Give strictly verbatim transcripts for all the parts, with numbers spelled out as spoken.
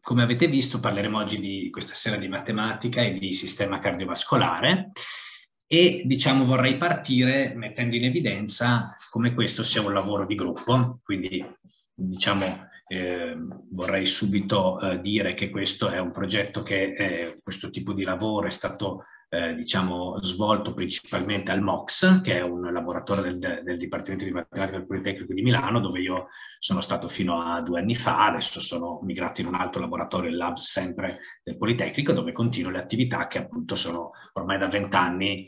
come avete visto parleremo oggi di questa sera di matematica e di sistema cardiovascolare e diciamo vorrei partire mettendo in evidenza come questo sia un lavoro di gruppo, quindi diciamo eh, vorrei subito eh, dire che questo è un progetto che eh, questo tipo di lavoro è stato Eh, diciamo, svolto principalmente al M O X, che è un laboratorio del, del Dipartimento di Matematica del Politecnico di Milano, dove io sono stato fino a due anni fa. Adesso sono migrato in un altro laboratorio, il Labs, sempre del Politecnico, dove continuo le attività che appunto sono ormai da vent'anni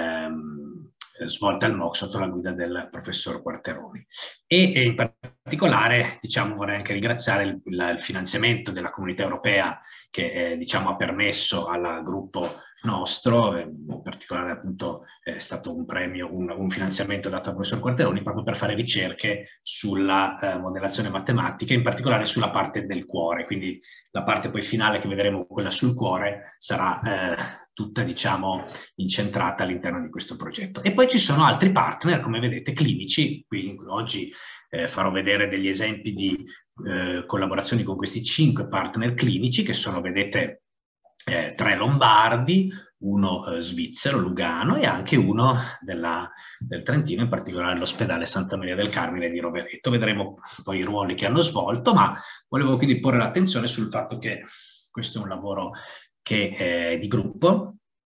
ehm, svolte al M O X sotto la guida del professor Quarteroni. E, e in particolare, diciamo, vorrei anche ringraziare il, il, il finanziamento della Comunità Europea che eh, diciamo, ha permesso al gruppo nostro, in particolare appunto è stato un premio, un, un finanziamento dato al professor Quarteroni proprio per fare ricerche sulla eh, modellazione matematica, in particolare sulla parte del cuore, quindi la parte poi finale che vedremo, quella sul cuore, sarà eh, tutta diciamo incentrata all'interno di questo progetto. E poi ci sono altri partner, come vedete, clinici. Qui oggi eh, farò vedere degli esempi di eh, collaborazioni con questi cinque partner clinici che sono, vedete, Eh, tre lombardi, uno eh, svizzero, Lugano, e anche uno della, del Trentino, in particolare l'ospedale Santa Maria del Carmine di Rovereto. Vedremo poi i ruoli che hanno svolto, ma volevo quindi porre l'attenzione sul fatto che questo è un lavoro che è di gruppo,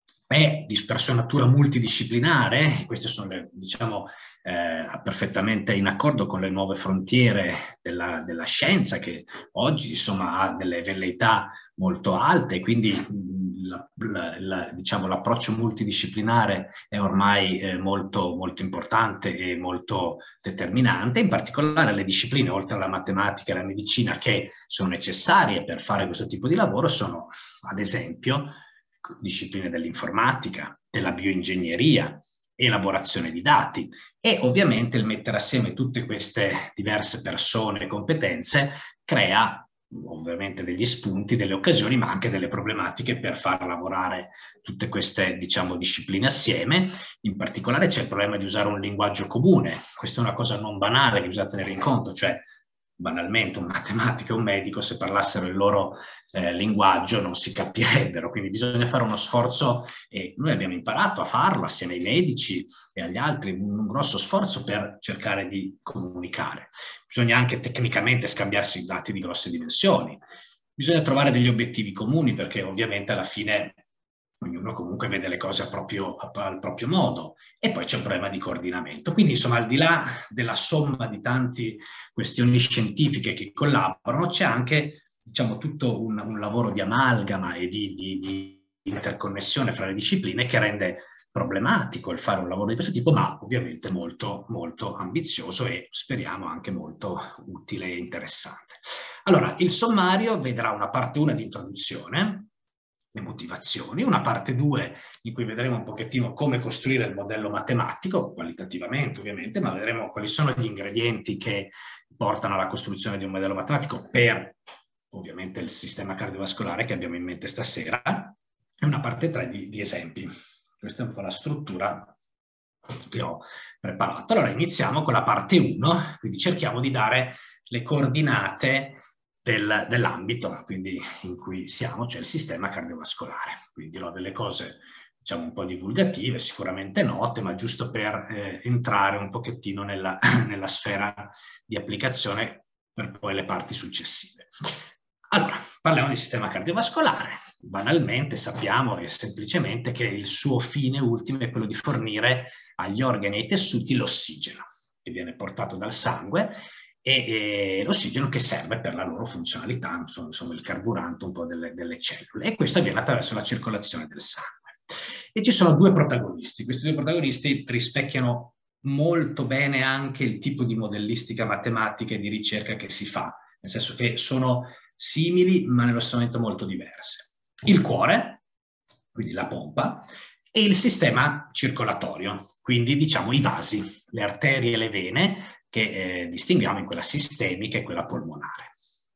è di spersonatura multidisciplinare, queste sono le, diciamo, eh, perfettamente in accordo con le nuove frontiere della, della scienza, che oggi insomma ha delle velleità molto alte, quindi la, la, la, diciamo, l'approccio multidisciplinare è ormai eh, molto, molto importante e molto determinante. In particolare le discipline, oltre alla matematica e alla medicina, che sono necessarie per fare questo tipo di lavoro, sono ad esempio discipline dell'informatica, della bioingegneria, elaborazione di dati, e ovviamente il mettere assieme tutte queste diverse persone e competenze crea ovviamente degli spunti, delle occasioni, ma anche delle problematiche per far lavorare tutte queste, diciamo, discipline assieme. In particolare c'è il problema di usare un linguaggio comune. Questa è una cosa non banale che bisogna tenere in conto, cioè banalmente un matematico e un medico, se parlassero il loro eh, linguaggio non si capirebbero, quindi bisogna fare uno sforzo, e noi abbiamo imparato a farlo assieme ai medici e agli altri, un, un grosso sforzo per cercare di comunicare. Bisogna anche tecnicamente scambiarsi dati di grosse dimensioni, bisogna trovare degli obiettivi comuni, perché ovviamente alla fine ognuno comunque vede le cose a proprio, a, al proprio modo, e poi c'è un problema di coordinamento. Quindi insomma, al di là della somma di tante questioni scientifiche che collaborano, c'è anche, diciamo, tutto un, un lavoro di amalgama e di, di, di interconnessione fra le discipline che rende problematico il fare un lavoro di questo tipo, ma ovviamente molto, molto ambizioso e speriamo anche molto utile e interessante. Allora, il sommario vedrà una parte uno di introduzione, le motivazioni, una parte due in cui vedremo un pochettino come costruire il modello matematico, qualitativamente ovviamente, ma vedremo quali sono gli ingredienti che portano alla costruzione di un modello matematico per ovviamente il sistema cardiovascolare che abbiamo in mente stasera, e una parte tre di, di esempi. Questa è un po' la struttura che ho preparato. Allora iniziamo con la parte uno, quindi cerchiamo di dare le coordinate Del, dell'ambito quindi in cui siamo, cioè il sistema cardiovascolare. Quindi ho delle cose, diciamo, un po' divulgative, sicuramente note, ma giusto per eh, entrare un pochettino nella, nella sfera di applicazione per poi le parti successive. Allora, parliamo di sistema cardiovascolare. Banalmente sappiamo e semplicemente che il suo fine ultimo è quello di fornire agli organi e ai tessuti l'ossigeno che viene portato dal sangue, e, e l'ossigeno che serve per la loro funzionalità, insomma il carburante un po' delle, delle cellule, e questo avviene attraverso la circolazione del sangue. E ci sono due protagonisti. Questi due protagonisti rispecchiano molto bene anche il tipo di modellistica matematica e di ricerca che si fa, nel senso che sono simili ma nello stesso momento molto diverse. Il cuore, quindi la pompa, e il sistema circolatorio, quindi diciamo i vasi, le arterie e le vene, che eh, distinguiamo in quella sistemica e quella polmonare.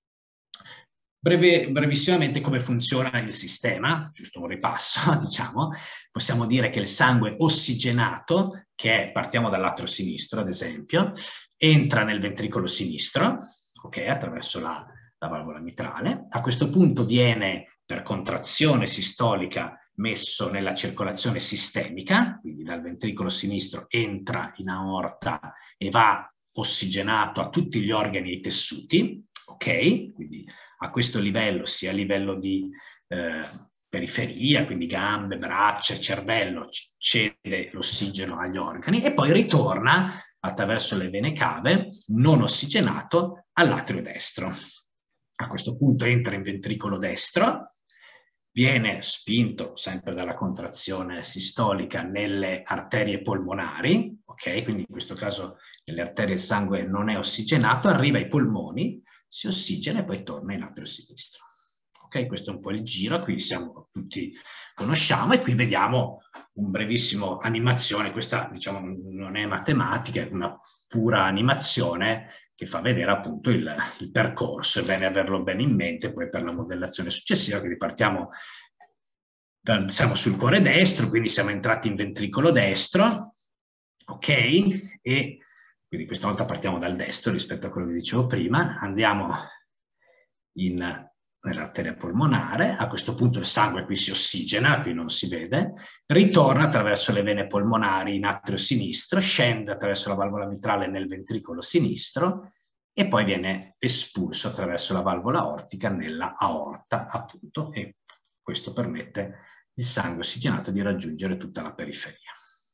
Breve, brevissimamente come funziona il sistema, giusto un ripasso, diciamo, possiamo dire che il sangue ossigenato, che è, partiamo dall'atrio sinistro ad esempio, entra nel ventricolo sinistro, ok, attraverso la, la valvola mitrale. A questo punto viene per contrazione sistolica messo nella circolazione sistemica, quindi dal ventricolo sinistro entra in aorta e va ossigenato a tutti gli organi e i tessuti, ok? Quindi a questo livello, sia a livello di eh, periferia, quindi gambe, braccia, cervello, cede l'ossigeno agli organi e poi ritorna attraverso le vene cave non ossigenato all'atrio destro. A questo punto entra in ventricolo destro, viene spinto sempre dalla contrazione sistolica nelle arterie polmonari, ok? Quindi in questo caso nelle arterie il sangue non è ossigenato, arriva ai polmoni, si ossigena e poi torna in atrio sinistro. Ok, questo è un po' il giro, qui siamo tutti conosciamo e qui vediamo un brevissimo animazione, questa diciamo non è matematica, è una pura animazione che fa vedere appunto il, il percorso, è bene averlo bene in mente poi per la modellazione successiva, quindi partiamo, dal, siamo sul cuore destro, quindi siamo entrati in ventricolo destro, ok, e quindi questa volta partiamo dal destro rispetto a quello che dicevo prima, andiamo in nell'arteria polmonare, a questo punto il sangue qui si ossigena, qui non si vede, ritorna attraverso le vene polmonari in atrio sinistro, scende attraverso la valvola mitrale nel ventricolo sinistro e poi viene espulso attraverso la valvola aortica nella aorta, appunto, e questo permette il sangue ossigenato di raggiungere tutta la periferia.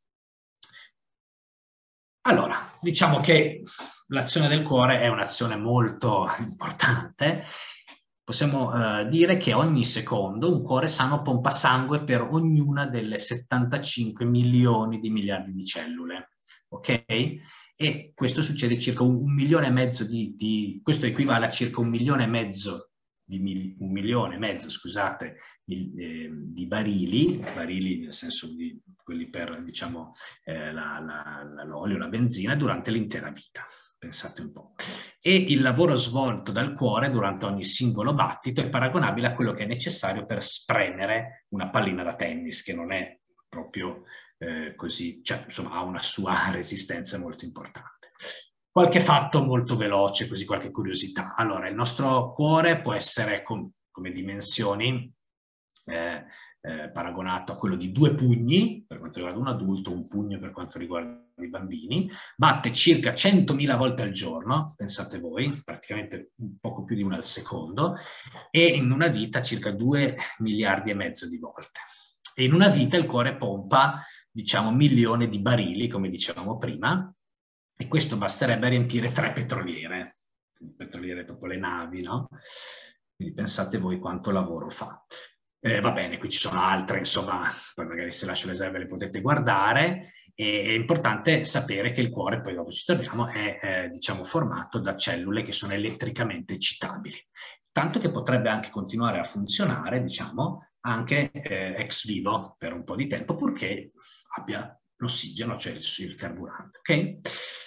Allora, diciamo che l'azione del cuore è un'azione molto importante. Possiamo uh, dire che ogni secondo un cuore sano pompa sangue per ognuna delle settantacinque milioni di miliardi di cellule, ok? E questo succede circa un, un milione e mezzo di, di, questo equivale a circa un milione e mezzo di mil, un milione e mezzo, scusate, di, eh, di barili, barili nel senso di quelli per, diciamo, eh, l'olio, la, la benzina, durante l'intera vita. Pensate un po'. E il lavoro svolto dal cuore durante ogni singolo battito è paragonabile a quello che è necessario per spremere una pallina da tennis, che non è proprio eh, così, cioè insomma ha una sua resistenza molto importante. Qualche fatto molto veloce, così qualche curiosità. Allora, il nostro cuore può essere com come dimensioni eh, eh, paragonato a quello di due pugni per quanto riguarda un adulto, un pugno per quanto riguarda i bambini, batte circa centomila volte al giorno, pensate voi, praticamente un poco più di una al secondo, e in una vita circa due miliardi e mezzo di volte. E in una vita il cuore pompa, diciamo, milioni di barili, come dicevamo prima, e questo basterebbe a riempire tre petroliere, petroliere proprio le navi, no? Quindi pensate voi quanto lavoro fa. Eh, va bene, qui ci sono altre, insomma, poi magari se lascio le riserve le potete guardare. E è importante sapere che il cuore, poi dopo ci torniamo, è eh, diciamo, formato da cellule che sono elettricamente eccitabili, tanto che potrebbe anche continuare a funzionare, diciamo, anche eh, ex vivo per un po' di tempo, purché abbia l'ossigeno, cioè il, il carburante, ok?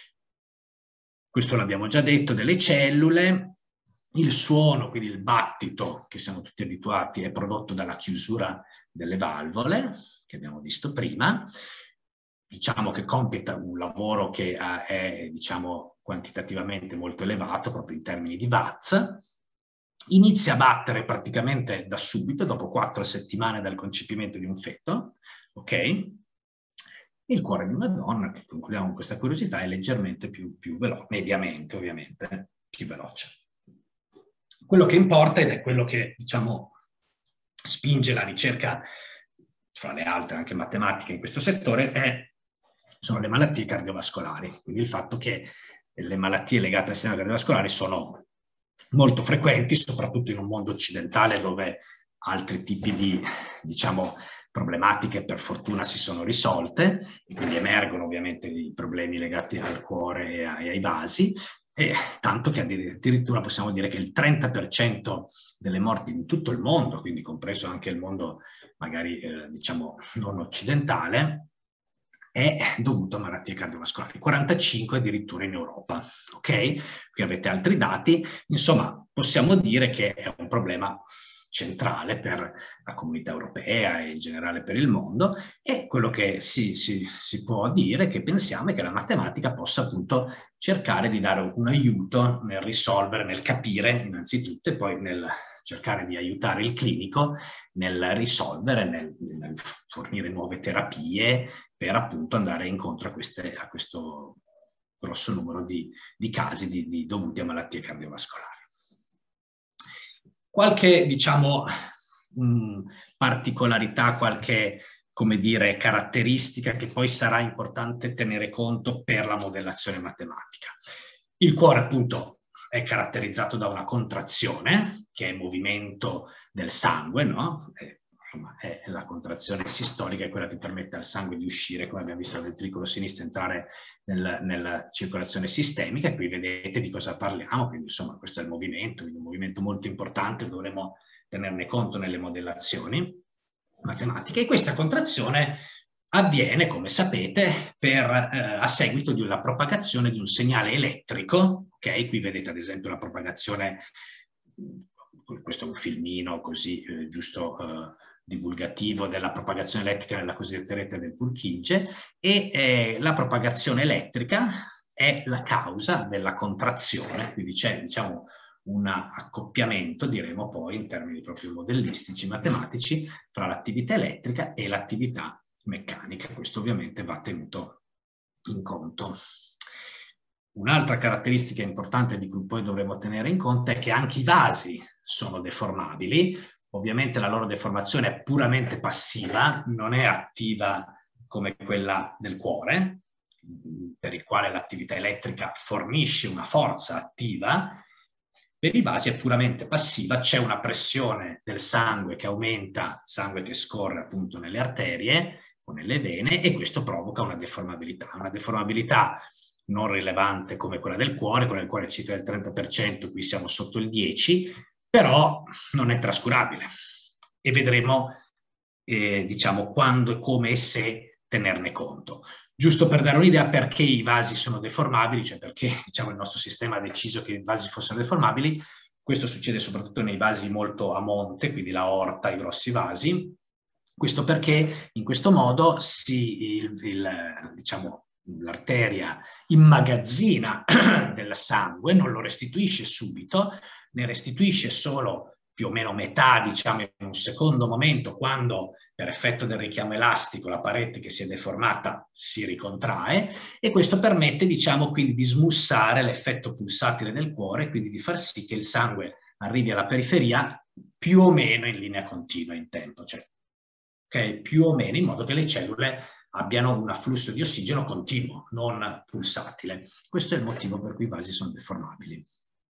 Questo l'abbiamo già detto delle cellule. Il suono, quindi il battito, che siamo tutti abituati, è prodotto dalla chiusura delle valvole, che abbiamo visto prima. Diciamo che compie un lavoro che è, diciamo, quantitativamente molto elevato, proprio in termini di watts. Inizia a battere praticamente da subito, dopo quattro settimane dal concepimento di un feto, ok? Il cuore di una donna, che concludiamo con questa curiosità, è leggermente più, più veloce, mediamente ovviamente, più veloce. Quello che importa, ed è quello che, diciamo, spinge la ricerca, fra le altre anche matematiche in questo settore, è, sono le malattie cardiovascolari. Quindi il fatto che le malattie legate al sistema cardiovascolare sono molto frequenti, soprattutto in un mondo occidentale dove altri tipi di, diciamo, problematiche per fortuna si sono risolte, e quindi emergono ovviamente i problemi legati al cuore e ai, ai vasi, e tanto che addirittura possiamo dire che il trenta per cento delle morti in tutto il mondo, quindi compreso anche il mondo magari eh, diciamo non occidentale, è dovuto a malattie cardiovascolari, quarantacinque addirittura in Europa, ok? Qui avete altri dati, insomma possiamo dire che è un problema centrale per la comunità europea e in generale per il mondo, e quello che si, si, si può dire, che pensiamo, è che la matematica possa appunto cercare di dare un aiuto nel risolvere, nel capire innanzitutto, e poi nel cercare di aiutare il clinico nel risolvere, nel, nel fornire nuove terapie per appunto andare incontro a, queste, a questo grosso numero di, di casi di, di dovuti a malattie cardiovascolari. Qualche, diciamo, mh, particolarità, qualche, come dire, caratteristica che poi sarà importante tenere conto per la modellazione matematica. Il cuore, appunto, è caratterizzato da una contrazione, che è movimento del sangue, no? E, insomma, è la contrazione sistolica, è quella che permette al sangue di uscire, come abbiamo visto, dal ventricolo sinistro, entrare nel, nella circolazione sistemica. E qui vedete di cosa parliamo, quindi insomma questo è il movimento, quindi un movimento molto importante, dovremo tenerne conto nelle modellazioni matematiche. E questa contrazione avviene, come sapete, per, eh, a seguito di una propagazione di un segnale elettrico. Ok, qui vedete ad esempio la propagazione, questo è un filmino così eh, giusto eh, divulgativo della propagazione elettrica nella cosiddetta rete del Purkinje, e eh, la propagazione elettrica è la causa della contrazione, quindi c'è, diciamo, un accoppiamento, diremo poi in termini proprio modellistici, matematici, fra l'attività elettrica e l'attività meccanica. Questo ovviamente va tenuto in conto. Un'altra caratteristica importante di cui poi dovremo tenere in conto è che anche i vasi sono deformabili. Ovviamente la loro deformazione è puramente passiva, non è attiva come quella del cuore, per il quale l'attività elettrica fornisce una forza attiva. Per i vasi è puramente passiva, c'è una pressione del sangue che aumenta, sangue che scorre appunto nelle arterie o nelle vene, e questo provoca una deformabilità. Una deformabilità non rilevante come quella del cuore, quella del cuore è circa il trenta per cento, qui siamo sotto il dieci per cento, però non è trascurabile. E vedremo, eh, diciamo, quando e come e se tenerne conto. Giusto per dare un'idea perché i vasi sono deformabili, cioè perché, diciamo, il nostro sistema ha deciso che i vasi fossero deformabili. Questo succede soprattutto nei vasi molto a monte, quindi l'aorta, i grossi vasi. Questo perché in questo modo si, il, il, diciamo, l'arteria immagazzina del sangue, non lo restituisce subito, ne restituisce solo più o meno metà, diciamo, in un secondo momento, quando per effetto del richiamo elastico la parete che si è deformata si ricontrae, e questo permette, diciamo, quindi di smussare l'effetto pulsatile del cuore, quindi di far sì che il sangue arrivi alla periferia più o meno in linea continua in tempo, cioè okay, più o meno, in modo che le cellule abbiano un afflusso di ossigeno continuo, non pulsatile. Questo è il motivo per cui i vasi sono deformabili.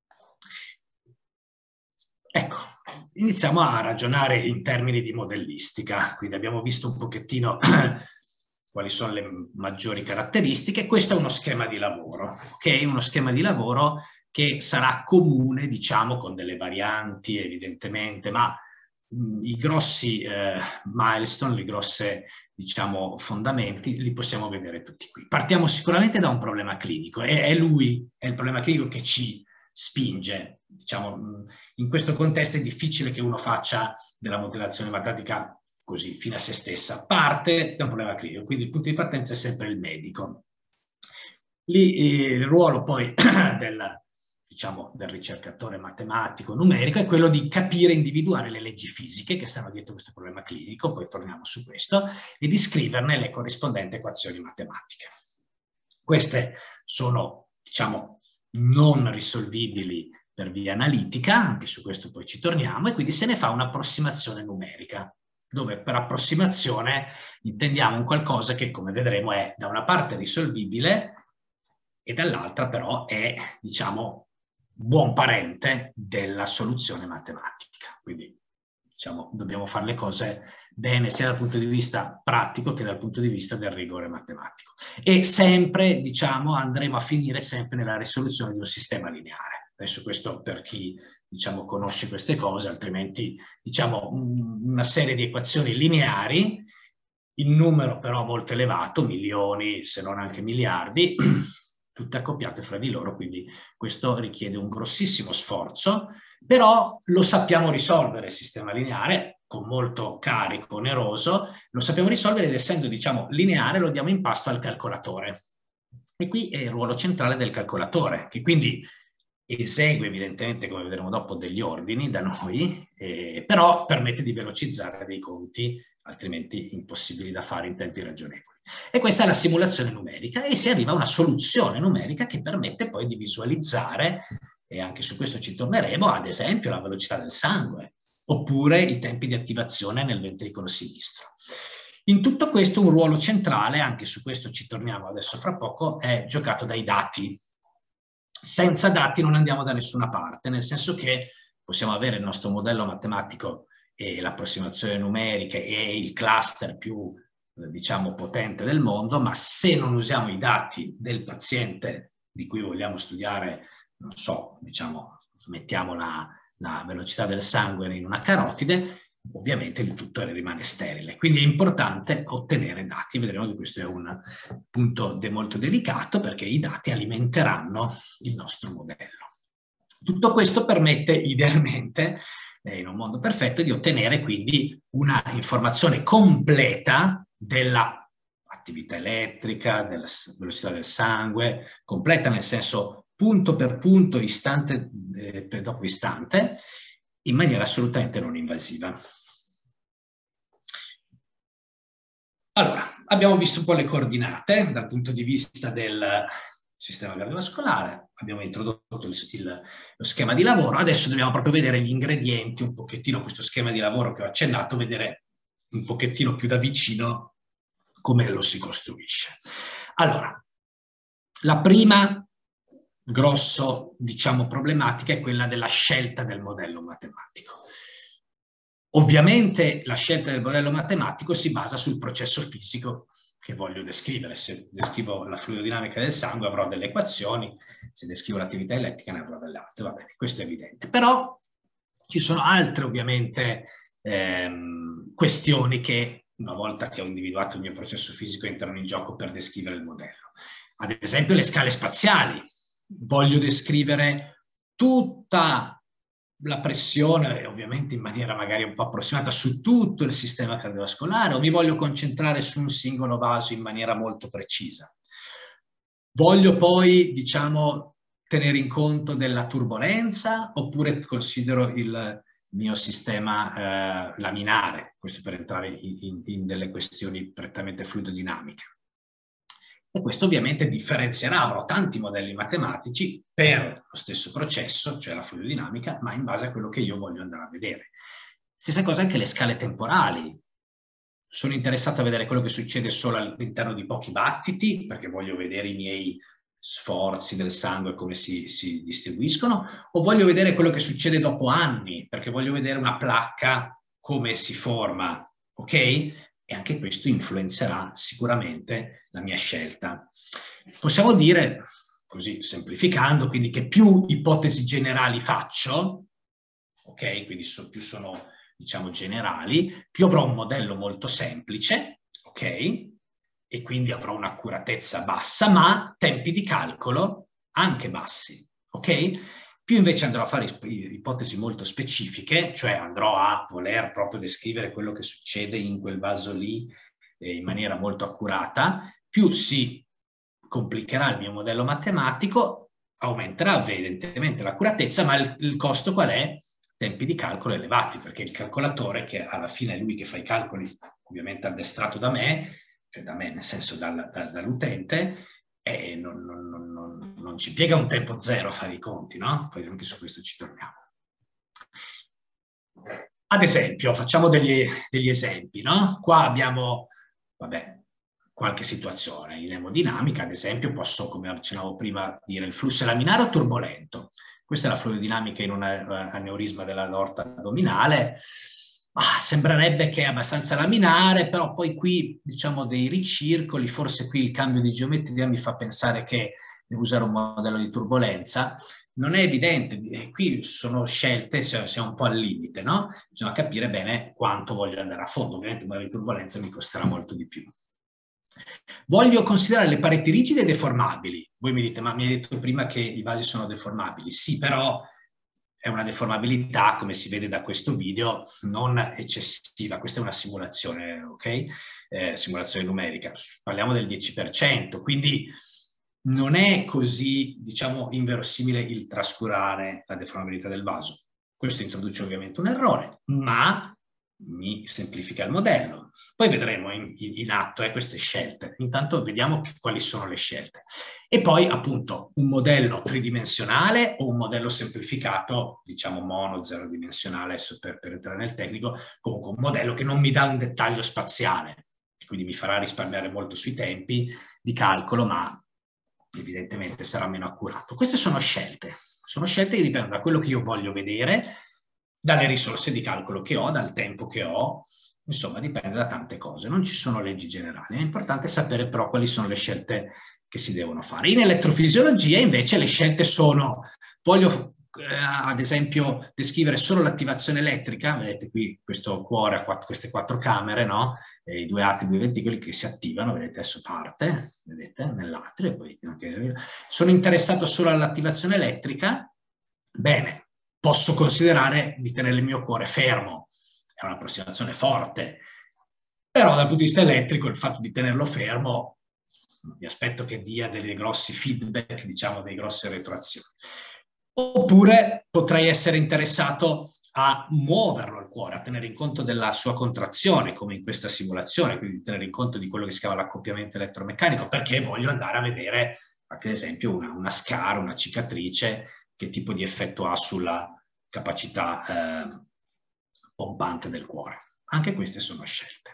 Ecco, iniziamo a ragionare in termini di modellistica. Quindi abbiamo visto un pochettino quali sono le maggiori caratteristiche. Questo è uno schema di lavoro, ok? Uno schema di lavoro che sarà comune, diciamo, con delle varianti evidentemente, ma mh, i grossi eh, milestone, le grosse, diciamo, fondamenti, li possiamo vedere tutti qui. Partiamo sicuramente da un problema clinico, e è lui, è il problema clinico che ci spinge. Diciamo, in questo contesto è difficile che uno faccia della modellazione matematica così, fine a se stessa. Parte da un problema clinico, quindi il punto di partenza è sempre il medico. Lì eh, il ruolo poi del, diciamo, del ricercatore matematico numerico è quello di capire e individuare le leggi fisiche che stanno dietro questo problema clinico, poi torniamo su questo, e di scriverne le corrispondenti equazioni matematiche. Queste sono, diciamo, non risolvibili per via analitica, anche su questo poi ci torniamo, e quindi se ne fa un'approssimazione numerica, dove per approssimazione intendiamo un qualcosa che, come vedremo, è da una parte risolvibile e dall'altra però è, diciamo, buon parente della soluzione matematica. Quindi, diciamo, dobbiamo fare le cose bene sia dal punto di vista pratico che dal punto di vista del rigore matematico. E sempre, diciamo, andremo a finire sempre nella risoluzione di un sistema lineare. Adesso questo per chi, diciamo, conosce queste cose, altrimenti, diciamo, una serie di equazioni lineari, in numero però molto elevato, milioni se non anche miliardi, tutte accoppiate fra di loro, quindi questo richiede un grossissimo sforzo, però lo sappiamo risolvere il sistema lineare con molto carico oneroso, lo sappiamo risolvere ed essendo, diciamo, lineare lo diamo in pasto al calcolatore. E qui è il ruolo centrale del calcolatore, che quindi esegue evidentemente, come vedremo dopo, degli ordini da noi, eh, però permette di velocizzare dei conti altrimenti impossibili da fare in tempi ragionevoli. E questa è la simulazione numerica e si arriva a una soluzione numerica che permette poi di visualizzare, e anche su questo ci torneremo, ad esempio la velocità del sangue, oppure i tempi di attivazione nel ventricolo sinistro. In tutto questo un ruolo centrale, anche su questo ci torniamo adesso fra poco, è giocato dai dati. Senza dati non andiamo da nessuna parte, nel senso che possiamo avere il nostro modello matematico e l'approssimazione numerica e il cluster più, diciamo, potente del mondo, ma se non usiamo i dati del paziente di cui vogliamo studiare, non so, diciamo, mettiamo la, la velocità del sangue in una carotide, ovviamente il tutto rimane sterile. Quindi è importante ottenere dati. Vedremo che questo è un punto de molto delicato perché i dati alimenteranno il nostro modello. Tutto questo permette idealmente, eh, in un mondo perfetto, di ottenere quindi una informazione completa della attività elettrica, della velocità del sangue, completa nel senso punto per punto, istante eh, per dopo istante, in maniera assolutamente non invasiva. Allora, abbiamo visto un po' le coordinate dal punto di vista del sistema cardiovascolare, abbiamo introdotto il, il, lo schema di lavoro, adesso dobbiamo proprio vedere gli ingredienti, un pochettino questo schema di lavoro che ho accennato, vedere un pochettino più da vicino come lo si costruisce. Allora, la prima grosso, diciamo, problematica è quella della scelta del modello matematico. Ovviamente la scelta del modello matematico si basa sul processo fisico che voglio descrivere. Se descrivo la fluidodinamica del sangue avrò delle equazioni, se descrivo l'attività elettrica ne avrò delle altre, va bene, questo è evidente. Però ci sono altre ovviamente ehm, questioni che una volta che ho individuato il mio processo fisico entrano in gioco per descrivere il modello. Ad esempio le scale spaziali. Voglio descrivere tutta la pressione, ovviamente in maniera magari un po' approssimata, su tutto il sistema cardiovascolare, o mi voglio concentrare su un singolo vaso in maniera molto precisa. Voglio poi, diciamo, tenere in conto della turbolenza, oppure considero il mio sistema eh, laminare, questo per entrare in, in, in delle questioni prettamente fluidodinamiche. E questo ovviamente differenzierà, avrò tanti modelli matematici per lo stesso processo, cioè la fluidodinamica, ma in base a quello che io voglio andare a vedere. Stessa cosa anche le scale temporali. Sono interessato a vedere quello che succede solo all'interno di pochi battiti, perché voglio vedere i miei sforzi del sangue come si, si distribuiscono, o voglio vedere quello che succede dopo anni, perché voglio vedere una placca come si forma, ok? E anche questo influenzerà sicuramente la mia scelta. Possiamo dire, così semplificando, quindi che più ipotesi generali faccio, ok? Quindi so, più sono, diciamo, generali, più avrò un modello molto semplice, ok? E quindi avrò un'accuratezza bassa, ma tempi di calcolo anche bassi, ok? Più invece andrò a fare ipotesi molto specifiche, cioè andrò a voler proprio descrivere quello che succede in quel vaso lì eh, in maniera molto accurata, più si complicherà il mio modello matematico, aumenterà evidentemente l'accuratezza, ma il, il costo qual è? Tempi di calcolo elevati, perché il calcolatore, che alla fine è lui che fa i calcoli, ovviamente addestrato da me, cioè da me nel senso dal, dal, dall'utente, e non, non, non, non ci piega un tempo zero a fare i conti, no? Poi anche su questo ci torniamo. Ad esempio, facciamo degli, degli esempi, no? Qua abbiamo, vabbè, qualche situazione. In emodinamica, ad esempio, posso, come accennavo prima, dire il flusso è laminare o turbolento. Questa è la fluidodinamica in un aneurisma dell'aorta addominale. Ah, sembrerebbe che è abbastanza laminare, però poi qui, diciamo, dei ricircoli, forse qui il cambio di geometria mi fa pensare che devo usare un modello di turbolenza. Non è evidente, qui sono scelte, siamo un po' al limite, no? Bisogna capire bene quanto voglio andare a fondo. Ovviamente un modello di turbolenza mi costerà molto di più. Voglio considerare le pareti rigide e deformabili. Voi mi dite, ma mi hai detto prima che i vasi sono deformabili. Sì, però è una deformabilità, come si vede da questo video, non eccessiva. Questa è una simulazione, ok? Eh, simulazione numerica. Parliamo del dieci per cento, quindi non è così, diciamo, inverosimile il trascurare la deformabilità del vaso. Questo introduce ovviamente un errore, ma mi semplifica il modello. Poi vedremo in, in, in atto eh, queste scelte. Intanto vediamo che, quali sono le scelte. E poi appunto un modello tridimensionale o un modello semplificato, diciamo mono, zero dimensionale, adesso per, per entrare nel tecnico, comunque un modello che non mi dà un dettaglio spaziale, quindi mi farà risparmiare molto sui tempi di calcolo, ma evidentemente sarà meno accurato. Queste sono scelte. Sono scelte che dipendono da quello che io voglio vedere, dalle risorse di calcolo che ho, dal tempo che ho, insomma dipende da tante cose, non ci sono leggi generali, è importante sapere però quali sono le scelte che si devono fare. In elettrofisiologia invece le scelte sono, voglio eh, ad esempio descrivere solo l'attivazione elettrica, vedete qui questo cuore a quattro, queste quattro camere, no? E i due atri, i due ventricoli che si attivano, vedete adesso parte, vedete, nell'atrio, poi anche... sono interessato solo all'attivazione elettrica, bene, posso considerare di tenere il mio cuore fermo, è un'approssimazione forte, però dal punto di vista elettrico il fatto di tenerlo fermo mi aspetto che dia dei grossi feedback, diciamo, dei grossi retroazioni. Oppure potrei essere interessato a muoverlo il cuore, a tenere in conto della sua contrazione, come in questa simulazione, quindi tenere in conto di quello che si chiama l'accoppiamento elettromeccanico, perché voglio andare a vedere, ad esempio, una, una scara, una cicatrice, che tipo di effetto ha sulla capacità eh, pompante del cuore. Anche queste sono scelte.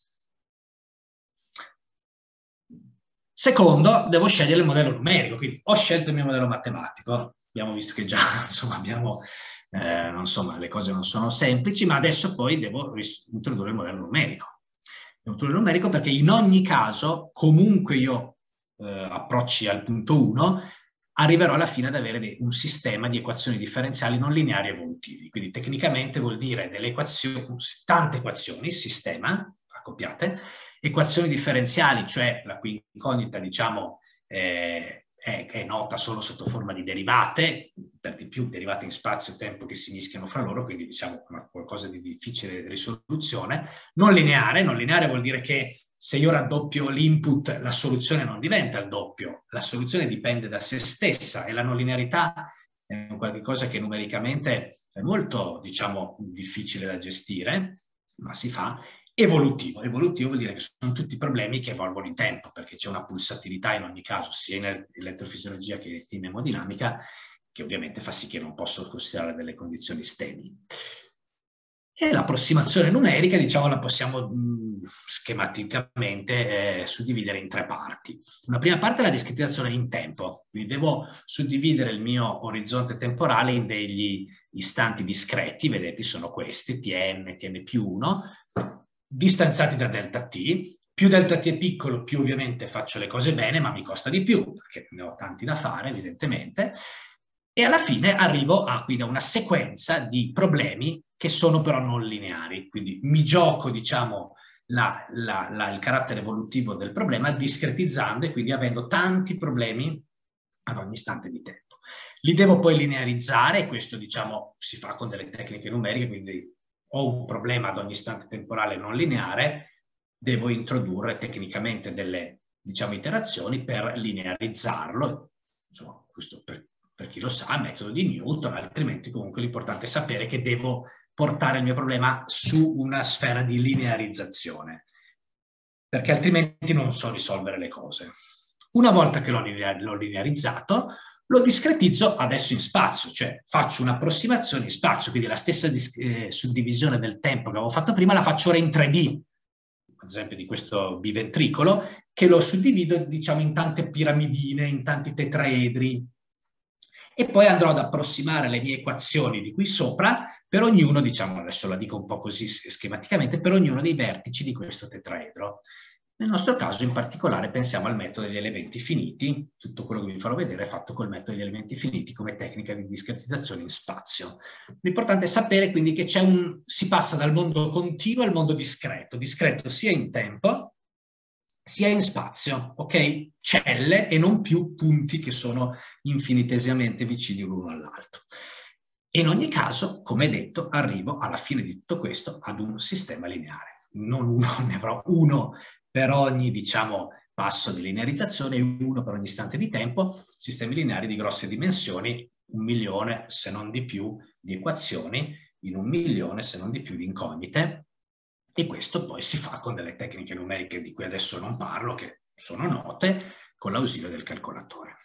Secondo, devo scegliere il modello numerico, quindi ho scelto il mio modello matematico, abbiamo visto che già insomma, abbiamo, eh, insomma, le cose non sono semplici, ma adesso poi devo introdurre il modello numerico. Devo introdurre il numerico perché in ogni caso, comunque io eh, approcci al punto uno, arriverò alla fine ad avere un sistema di equazioni differenziali non lineari evolutivi. Quindi tecnicamente vuol dire delle equazioni, tante equazioni, sistema, accoppiate, equazioni differenziali, cioè la cui incognita, diciamo, eh, è, è nota solo sotto forma di derivate, per di più derivate in spazio e tempo che si mischiano fra loro, quindi diciamo qualcosa di difficile risoluzione. Non lineare, non lineare vuol dire che se io raddoppio l'input, la soluzione non diventa il doppio, la soluzione dipende da se stessa e la non linearità è qualcosa che numericamente è molto, diciamo, difficile da gestire, ma si fa. Evolutivo. Evolutivo vuol dire che sono tutti problemi che evolvono in tempo, perché c'è una pulsatilità in ogni caso, sia in elettrofisiologia che in emodinamica, che ovviamente fa sì che non posso considerare delle condizioni steady. E l'approssimazione numerica, diciamo, la possiamo mh, schematicamente eh, suddividere in tre parti. Una prima parte è la discretizzazione in tempo, quindi devo suddividere il mio orizzonte temporale in degli istanti discreti, vedete, sono questi, T n, T n più uno, distanziati da delta t. Più delta t è piccolo, più ovviamente faccio le cose bene, ma mi costa di più, perché ne ho tanti da fare, evidentemente. E alla fine arrivo a, quindi, a una sequenza di problemi che sono però non lineari. Quindi mi gioco, diciamo, la, la, la, il carattere evolutivo del problema discretizzando e quindi avendo tanti problemi ad ogni istante di tempo. Li devo poi linearizzare e questo, diciamo, si fa con delle tecniche numeriche, quindi ho un problema ad ogni istante temporale non lineare, devo introdurre tecnicamente delle, diciamo, iterazioni per linearizzarlo. Insomma, questo per per chi lo sa, il metodo di Newton, altrimenti comunque l'importante è sapere che devo portare il mio problema su una sfera di linearizzazione, perché altrimenti non so risolvere le cose. Una volta che l'ho linearizzato, lo discretizzo adesso in spazio, cioè faccio un'approssimazione in spazio, quindi la stessa eh, suddivisione del tempo che avevo fatto prima la faccio ora in tre D, ad esempio di questo biventricolo, che lo suddivido, diciamo, in tante piramidine, in tanti tetraedri, e poi andrò ad approssimare le mie equazioni di qui sopra per ognuno, diciamo, adesso la dico un po' così schematicamente, per ognuno dei vertici di questo tetraedro. Nel nostro caso in particolare pensiamo al metodo degli elementi finiti, tutto quello che vi farò vedere è fatto col metodo degli elementi finiti come tecnica di discretizzazione in spazio. L'importante è sapere quindi che c'è un, si passa dal mondo continuo al mondo discreto, discreto sia in tempo sia in spazio, ok? Celle e non più punti che sono infinitesimamente vicini l'uno all'altro. E in ogni caso, come detto, arrivo alla fine di tutto questo ad un sistema lineare. Non uno, ne avrò uno per ogni, diciamo, passo di linearizzazione e uno per ogni istante di tempo, sistemi lineari di grosse dimensioni, un milione se non di più di equazioni, in un milione se non di più di incognite, e questo poi si fa con delle tecniche numeriche di cui adesso non parlo, che sono note, con l'ausilio del calcolatore.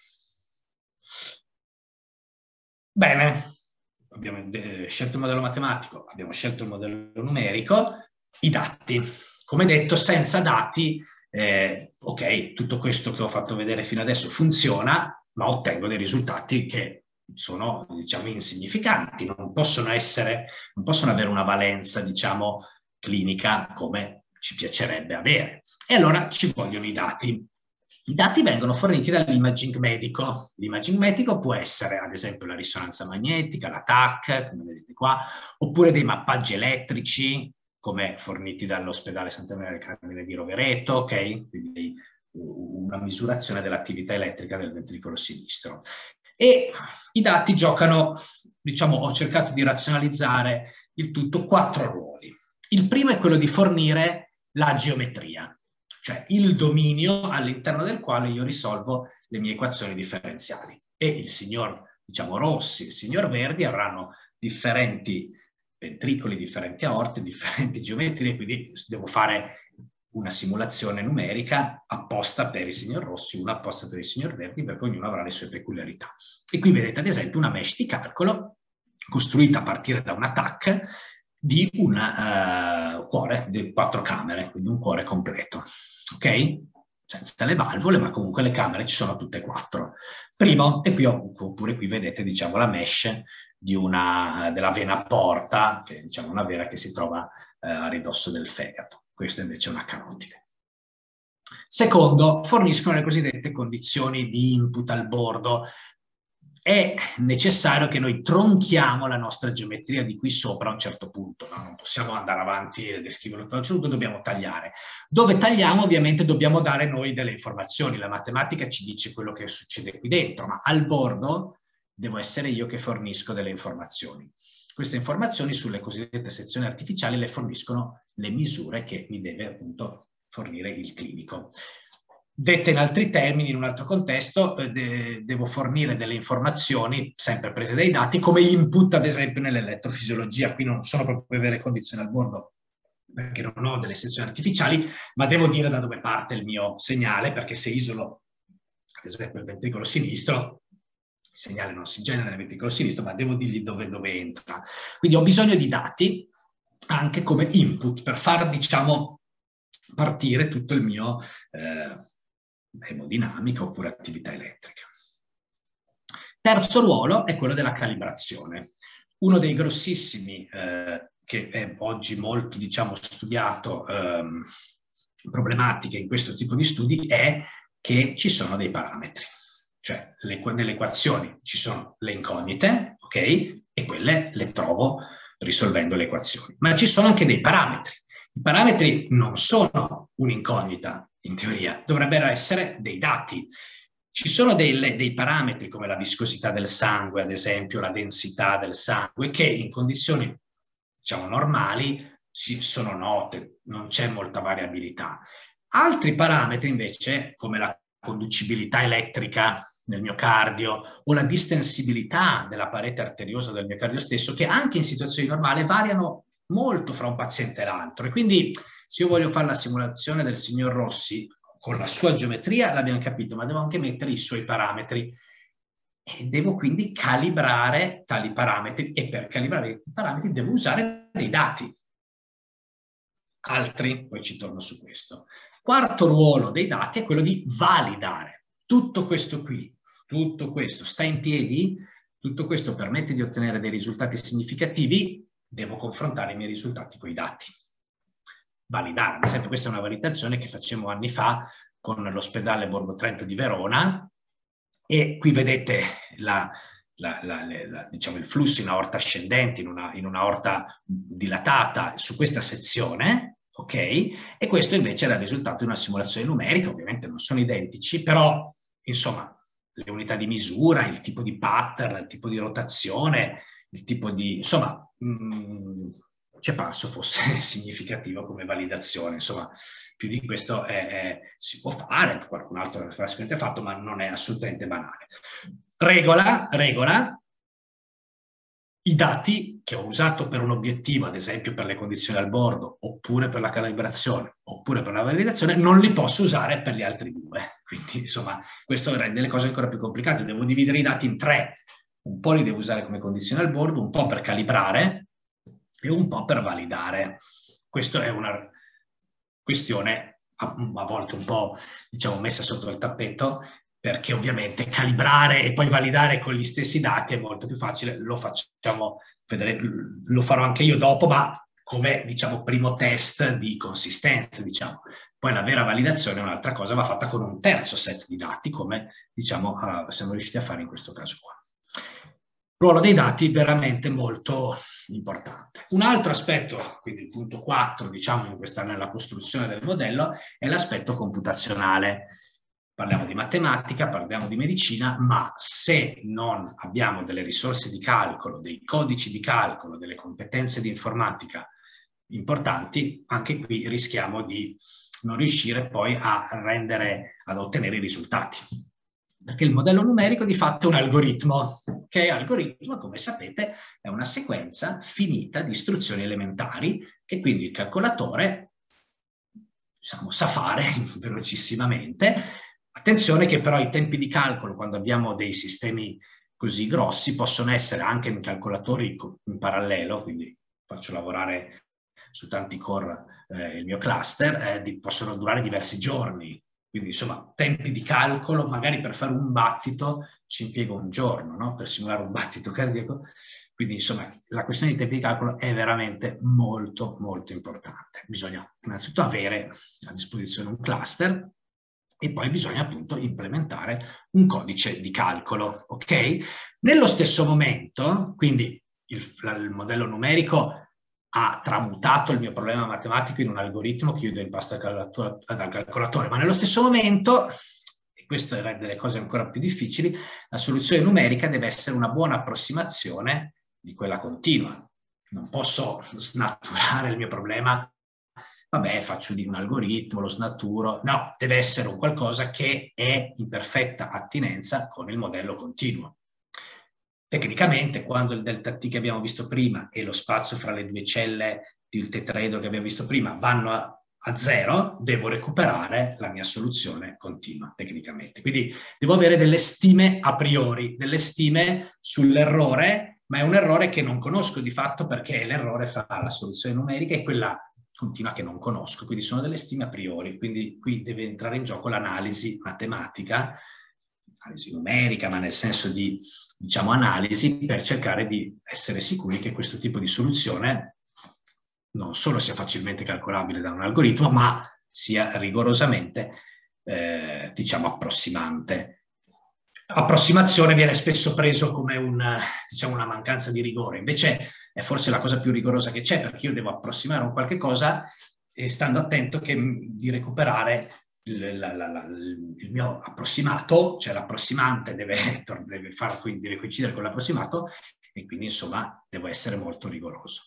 Bene, abbiamo scelto il modello matematico, abbiamo scelto il modello numerico, i dati. Come detto, senza dati, eh, ok, tutto questo che ho fatto vedere fino adesso funziona, ma ottengo dei risultati che sono, diciamo, insignificanti, non possono essere, non possono avere una valenza, diciamo, clinica come ci piacerebbe avere. E allora ci vogliono i dati. I dati vengono forniti dall'imaging medico. L'imaging medico può essere, ad esempio, la risonanza magnetica, la T A C, come vedete qua, oppure dei mappaggi elettrici, come forniti dall'ospedale Santa Maria del Carmine di Rovereto, ok? Quindi una misurazione dell'attività elettrica del ventricolo sinistro. E i dati giocano, diciamo, ho cercato di razionalizzare il tutto, quattro ruoli. Il primo è quello di fornire la geometria, cioè il dominio all'interno del quale io risolvo le mie equazioni differenziali. E il signor, diciamo, Rossi e il signor Verdi avranno differenti ventricoli, differenti aorte, differenti geometrie, quindi devo fare una simulazione numerica apposta per il signor Rossi, una apposta per il signor Verdi, perché ognuno avrà le sue peculiarità. E qui vedete ad esempio una mesh di calcolo costruita a partire da un A T A C di un uh, cuore di quattro camere, quindi un cuore completo, ok? Senza le valvole, ma comunque le camere ci sono tutte e quattro. Primo, e qui ho, oppure qui vedete, diciamo, la mesh di una, della vena porta, che è, diciamo, una vena che si trova uh, a ridosso del fegato. Questa invece è una carotide. Secondo, forniscono le cosiddette condizioni di input al bordo. È necessario che noi tronchiamo la nostra geometria di qui sopra a un certo punto, no? Non possiamo andare avanti e descriverlo a un certo punto, dobbiamo tagliare. Dove tagliamo ovviamente dobbiamo dare noi delle informazioni, la matematica ci dice quello che succede qui dentro, ma al bordo devo essere io che fornisco delle informazioni. Queste informazioni sulle cosiddette sezioni artificiali le forniscono le misure che mi deve appunto fornire il clinico. Dette in altri termini, in un altro contesto, eh, de devo fornire delle informazioni, sempre prese dai dati, come input ad esempio nell'elettrofisiologia. Qui non sono proprio vere condizioni al bordo, perché non ho delle sezioni artificiali, ma devo dire da dove parte il mio segnale, perché se isolo, ad esempio, il ventricolo sinistro, il segnale non si genera nel ventricolo sinistro, ma devo dirgli dove, dove entra. Quindi ho bisogno di dati anche come input per far, diciamo, partire tutto il mio eh, emodinamica oppure attività elettrica. Terzo ruolo è quello della calibrazione. Uno dei grossissimi, eh, che è oggi molto, diciamo, studiato, ehm, problematiche in questo tipo di studi, è che ci sono dei parametri. Cioè, le, nelle equazioni ci sono le incognite, ok? E quelle le trovo risolvendo le equazioni. Ma ci sono anche dei parametri. I parametri non sono un'incognita, in teoria, dovrebbero essere dei dati. Ci sono delle, dei parametri come la viscosità del sangue, ad esempio, la densità del sangue, che in condizioni, diciamo, normali si, sono note, non c'è molta variabilità. Altri parametri, invece, come la conducibilità elettrica nel miocardio o la distensibilità della parete arteriosa del miocardio stesso, che anche in situazioni normali variano molto fra un paziente e l'altro. E quindi se io voglio fare la simulazione del signor Rossi con la sua geometria, l'abbiamo capito, ma devo anche mettere i suoi parametri e devo quindi calibrare tali parametri, e per calibrare i parametri devo usare dei dati. Altri, poi ci torno su questo. Quarto ruolo dei dati è quello di validare. Tutto questo qui, tutto questo sta in piedi, tutto questo permette di ottenere dei risultati significativi, devo confrontare i miei risultati con i dati. Validare, ad esempio questa è una validazione che facemmo anni fa con l'ospedale Borgo Trento di Verona, e qui vedete la, la, la, la, diciamo, il flusso in aorta ascendente, in una, in una aorta dilatata su questa sezione, ok? ok? E questo invece era il risultato di una simulazione numerica, ovviamente non sono identici, però insomma le unità di misura, il tipo di pattern, il tipo di rotazione, il tipo di... insomma, mh, ci è parso fosse significativo come validazione, insomma, più di questo è, è, si può fare, qualcun altro l'ha sicuramente fatto, ma non è assolutamente banale. Regola, regola, i dati che ho usato per un obiettivo, ad esempio per le condizioni al bordo, oppure per la calibrazione, oppure per la validazione, non li posso usare per gli altri due. Quindi, insomma, questo rende le cose ancora più complicate. Devo dividere i dati in tre. Un po' li devo usare come condizioni al bordo, un po' per calibrare e un po' per validare. Questa è una questione a, a volte un po', diciamo, messa sotto il tappeto, perché ovviamente calibrare e poi validare con gli stessi dati è molto più facile, lo facciamo vedere, lo farò anche io dopo, ma come, diciamo, primo test di consistenza, diciamo. Poi la vera validazione è un'altra cosa, va fatta con un terzo set di dati, come, diciamo, uh, siamo riusciti a fare in questo caso qua. Ruolo dei dati veramente molto importante. Un altro aspetto, quindi il punto quattro, diciamo, in questa, nella costruzione del modello, è l'aspetto computazionale. Parliamo di matematica, parliamo di medicina, ma se non abbiamo delle risorse di calcolo, dei codici di calcolo, delle competenze di informatica importanti, anche qui rischiamo di non riuscire poi a rendere, ad ottenere i risultati. Perché il modello numerico di fatto è un algoritmo, che algoritmo, come sapete, è una sequenza finita di istruzioni elementari che quindi il calcolatore, diciamo, sa fare velocissimamente. Attenzione che però i tempi di calcolo, quando abbiamo dei sistemi così grossi, possono essere anche in calcolatori in parallelo, quindi faccio lavorare su tanti core eh, il mio cluster, eh, di, possono durare diversi giorni. Quindi, insomma, tempi di calcolo, magari per fare un battito ci impiego un giorno, no? Per simulare un battito cardiaco. Quindi, insomma, la questione di tempi di calcolo è veramente molto, molto importante. Bisogna innanzitutto avere a disposizione un cluster e poi bisogna appunto implementare un codice di calcolo, ok? Nello stesso momento, quindi il, il modello numerico ha tramutato il mio problema matematico in un algoritmo che io do in pasto al calcolatore, ma nello stesso momento, e questo rende le cose ancora più difficili, la soluzione numerica deve essere una buona approssimazione di quella continua. Non posso snaturare il mio problema, vabbè, faccio di un algoritmo, lo snaturo. No, deve essere un qualcosa che è in perfetta attinenza con il modello continuo. Tecnicamente, quando il delta T che abbiamo visto prima e lo spazio fra le due celle del tetraedro che abbiamo visto prima vanno a, a zero, devo recuperare la mia soluzione continua, tecnicamente. Quindi devo avere delle stime a priori, delle stime sull'errore, ma è un errore che non conosco di fatto perché l'errore fra la soluzione numerica e quella continua che non conosco. Quindi sono delle stime a priori, quindi qui deve entrare in gioco l'analisi matematica, analisi numerica, ma nel senso di, diciamo, analisi per cercare di essere sicuri che questo tipo di soluzione non solo sia facilmente calcolabile da un algoritmo, ma sia rigorosamente, eh, diciamo, approssimante. Approssimazione viene spesso preso come un, diciamo, una mancanza di rigore, invece è forse la cosa più rigorosa che c'è, perché io devo approssimare un qualche cosa e stando attento che, di recuperare il, la, la, la, il mio approssimato, cioè l'approssimante deve, deve, far, deve coincidere con l'approssimato e quindi insomma devo essere molto rigoroso.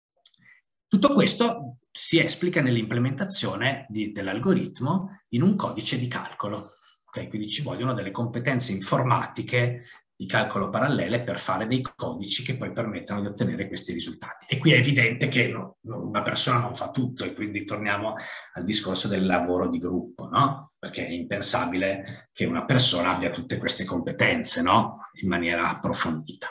Tutto questo si esplica nell'implementazione dell'algoritmo in un codice di calcolo. Okay? Quindi ci vogliono delle competenze informatiche di calcolo parallele per fare dei codici che poi permettano di ottenere questi risultati. E qui è evidente che no, una persona non fa tutto e quindi torniamo al discorso del lavoro di gruppo, no? Perché è impensabile che una persona abbia tutte queste competenze, no? In maniera approfondita.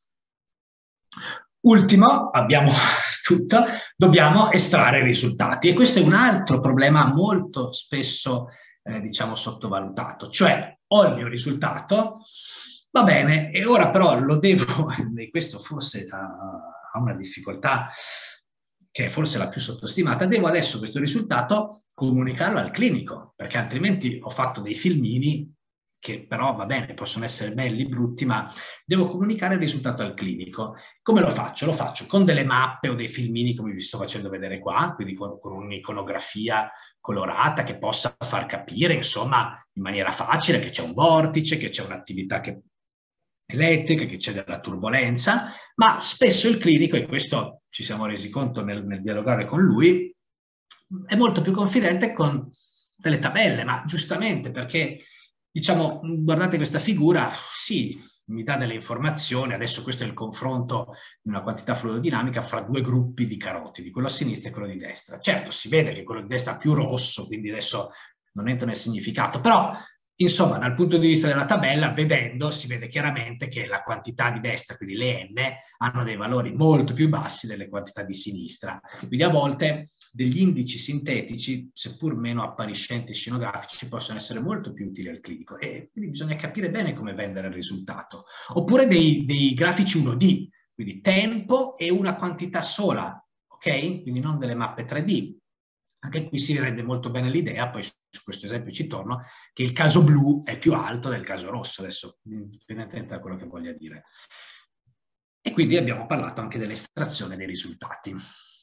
Ultimo, abbiamo tutto, dobbiamo estrarre i risultati e questo è un altro problema molto spesso, eh, diciamo, sottovalutato, cioè ho il mio risultato, va bene, e ora però lo devo, e questo forse ha, ha una difficoltà che è forse la più sottostimata, devo adesso questo risultato comunicarlo al clinico, perché altrimenti ho fatto dei filmini che però va bene, possono essere belli, brutti, ma devo comunicare il risultato al clinico. Come lo faccio? Lo faccio con delle mappe o dei filmini come vi sto facendo vedere qua, quindi con, con un'iconografia colorata che possa far capire, insomma, in maniera facile che c'è un vortice, che c'è un'attività che elettrica, che c'è della turbolenza, ma spesso il clinico, e questo ci siamo resi conto nel, nel dialogare con lui, è molto più confidente con delle tabelle, ma giustamente perché, diciamo, guardate questa figura, sì, mi dà delle informazioni, adesso questo è il confronto di una quantità fluidodinamica fra due gruppi di carotidi, quello a sinistra e quello di destra. Certo, si vede che quello di destra è più rosso, quindi adesso non entro nel significato, però insomma, dal punto di vista della tabella, vedendo, si vede chiaramente che la quantità di destra, quindi le N, hanno dei valori molto più bassi delle quantità di sinistra. Quindi a volte degli indici sintetici, seppur meno appariscenti e scenografici, possono essere molto più utili al clinico e quindi bisogna capire bene come vendere il risultato. Oppure dei, dei grafici uno D, quindi tempo e una quantità sola, ok? Quindi non delle mappe tre D. Anche qui si rende molto bene l'idea, poi su questo esempio ci torno, che il caso blu è più alto del caso rosso, adesso, indipendentemente da quello che voglia dire. E quindi abbiamo parlato anche dell'estrazione dei risultati.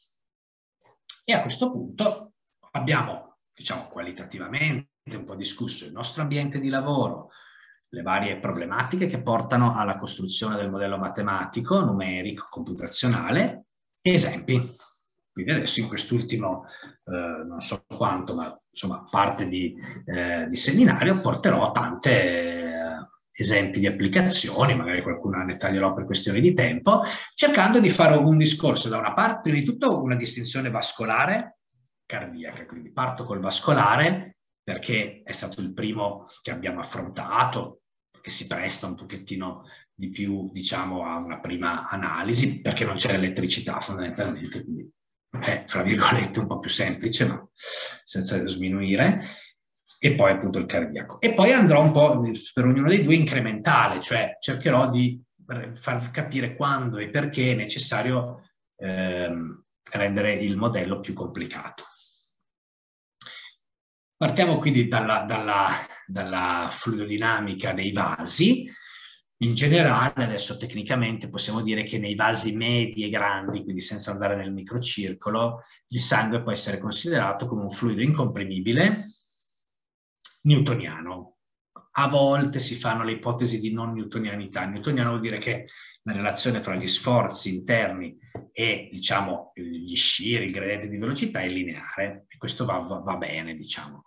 E a questo punto abbiamo, diciamo, qualitativamente un po' discusso il nostro ambiente di lavoro, le varie problematiche che portano alla costruzione del modello matematico, numerico, computazionale, e esempi. Quindi adesso in quest'ultimo, eh, non so quanto, ma insomma parte di, eh, di seminario, porterò tante eh, esempi di applicazioni, magari qualcuna ne taglierò per questioni di tempo, cercando di fare un discorso da una parte, prima di tutto una distinzione vascolare, cardiaca, quindi parto col vascolare, perché è stato il primo che abbiamo affrontato, che si presta un pochettino di più, diciamo, a una prima analisi, perché non c'è elettricità fondamentalmente, quindi è, fra virgolette, un po' più semplice, ma senza sminuire, e poi appunto il cardiaco. E poi andrò un po' per ognuno dei due incrementale, cioè cercherò di far capire quando e perché è necessario ehm, rendere il modello più complicato. Partiamo quindi dalla, dalla, dalla fluidodinamica dei vasi. In generale, adesso tecnicamente possiamo dire che nei vasi medi e grandi, quindi senza andare nel microcircolo, il sangue può essere considerato come un fluido incomprimibile newtoniano. A volte si fanno le ipotesi di non newtonianità. Newtoniano vuol dire che la relazione fra gli sforzi interni e, diciamo, gli sci, il gradiente di velocità è lineare, e questo va, va, va bene, diciamo.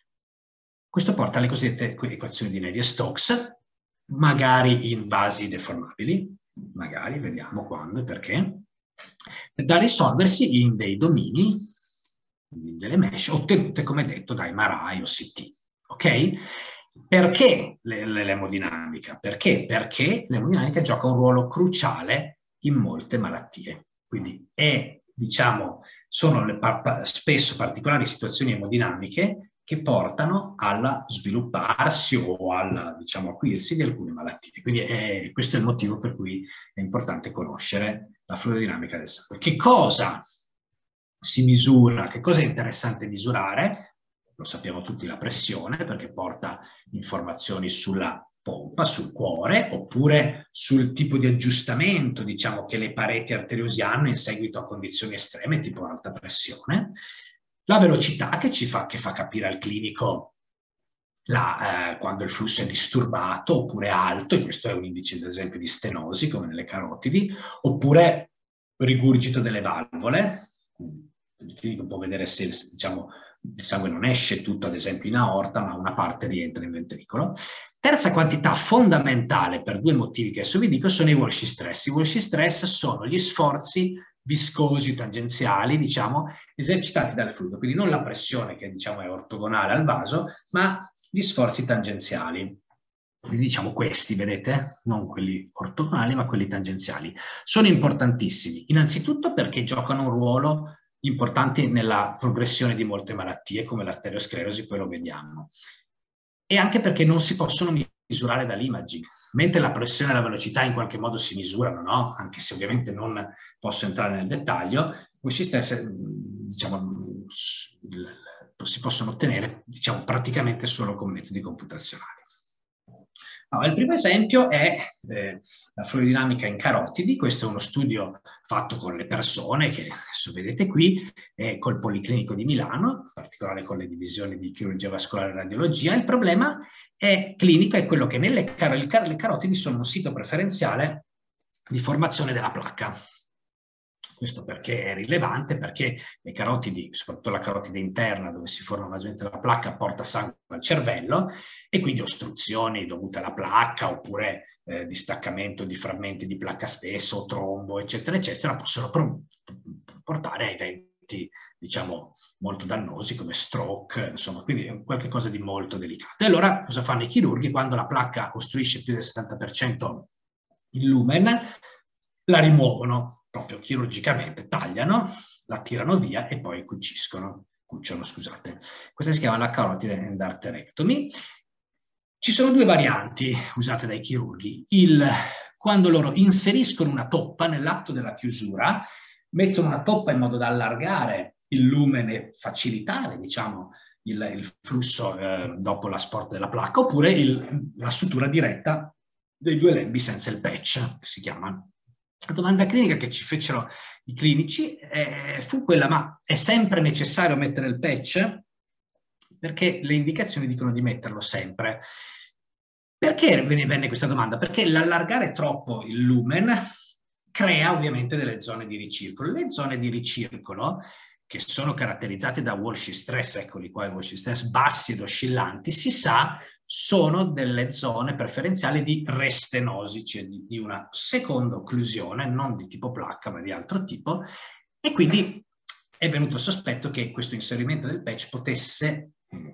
Questo porta alle cosiddette equazioni di Navier-Stokes, magari in vasi deformabili, magari, vediamo quando e perché, da risolversi in dei domini, in delle mesh, ottenute, come detto, da M R I o C T. Ok? Perché l'emodinamica? Perché? Perché l'emodinamica gioca un ruolo cruciale in molte malattie. Quindi è, diciamo, sono le spesso particolari situazioni emodinamiche che portano alla svilupparsi o al, diciamo, acuirsi di alcune malattie. Quindi è, questo è il motivo per cui è importante conoscere la fluidodinamica del sangue. Che cosa si misura? Che cosa è interessante misurare? Lo sappiamo tutti, la pressione, perché porta informazioni sulla pompa, sul cuore, oppure sul tipo di aggiustamento, diciamo, che le pareti arteriose hanno in seguito a condizioni estreme, tipo alta pressione. La velocità che ci fa, che fa capire al clinico la, eh, quando il flusso è disturbato oppure alto, e questo è un indice, ad esempio, di stenosi, come nelle carotidi, oppure rigurgito delle valvole. Il clinico può vedere se, diciamo, il sangue non esce tutto, ad esempio, in aorta, ma una parte rientra in ventricolo. Terza quantità fondamentale per due motivi che adesso vi dico sono i Walsh stress. I Walsh stress sono gli sforzi viscosi tangenziali, diciamo, esercitati dal fluido, quindi non la pressione che, diciamo, è ortogonale al vaso, ma gli sforzi tangenziali. Quindi, diciamo, questi, vedete? Non quelli ortogonali, ma quelli tangenziali. Sono importantissimi, innanzitutto perché giocano un ruolo importante nella progressione di molte malattie, come l'arteriosclerosi, poi lo vediamo. E anche perché non si possono misurare dall'imaging, mentre la pressione e la velocità in qualche modo si misurano, no? Anche se ovviamente non posso entrare nel dettaglio, questi stessi, diciamo, si possono ottenere, diciamo, praticamente solo con metodi computazionali. Allora, il primo esempio è eh, la fluidinamica in carotidi. Questo è uno studio fatto con le persone, che adesso vedete qui, eh, col Policlinico di Milano, in particolare con le divisioni di chirurgia vascolare e radiologia. Il problema è clinico, è quello che nelle car le carotidi sono un sito preferenziale di formazione della placca. Questo perché è rilevante? Perché le carotidi, soprattutto la carotide interna, dove si forma maggiormente la placca, porta sangue al cervello, e quindi ostruzioni dovute alla placca, oppure eh, distaccamento di frammenti di placca stesso, o trombo, eccetera, eccetera, possono portare a eventi, diciamo, molto dannosi come stroke, insomma, quindi è qualcosa di molto delicato. E allora cosa fanno i chirurghi? Quando la placca costruisce più del settanta per cento il lumen, la rimuovono proprio chirurgicamente, tagliano, la tirano via e poi cuciscono, cuciono, scusate. Questa si chiama la carotid endarterectomy. Ci sono due varianti usate dai chirurghi. Il, quando loro inseriscono una toppa nell'atto della chiusura, mettono una toppa in modo da allargare il lumen e facilitare, diciamo, il, il flusso eh, dopo l'asporto della placca, oppure il, la sutura diretta dei due lembi senza il patch, che si chiama. La domanda clinica che ci fecero i clinici eh, fu quella: ma è sempre necessario mettere il patch? Perché le indicazioni dicono di metterlo sempre. Perché venne questa domanda? Perché l'allargare troppo il lumen crea ovviamente delle zone di ricircolo. Le zone di ricircolo, che sono caratterizzate da Walsh stress, eccoli qua i Walsh stress bassi ed oscillanti, si sa, sono delle zone preferenziali di restenosi, cioè di, di una seconda occlusione, non di tipo placca ma di altro tipo, e quindi è venuto il sospetto che questo inserimento del patch potesse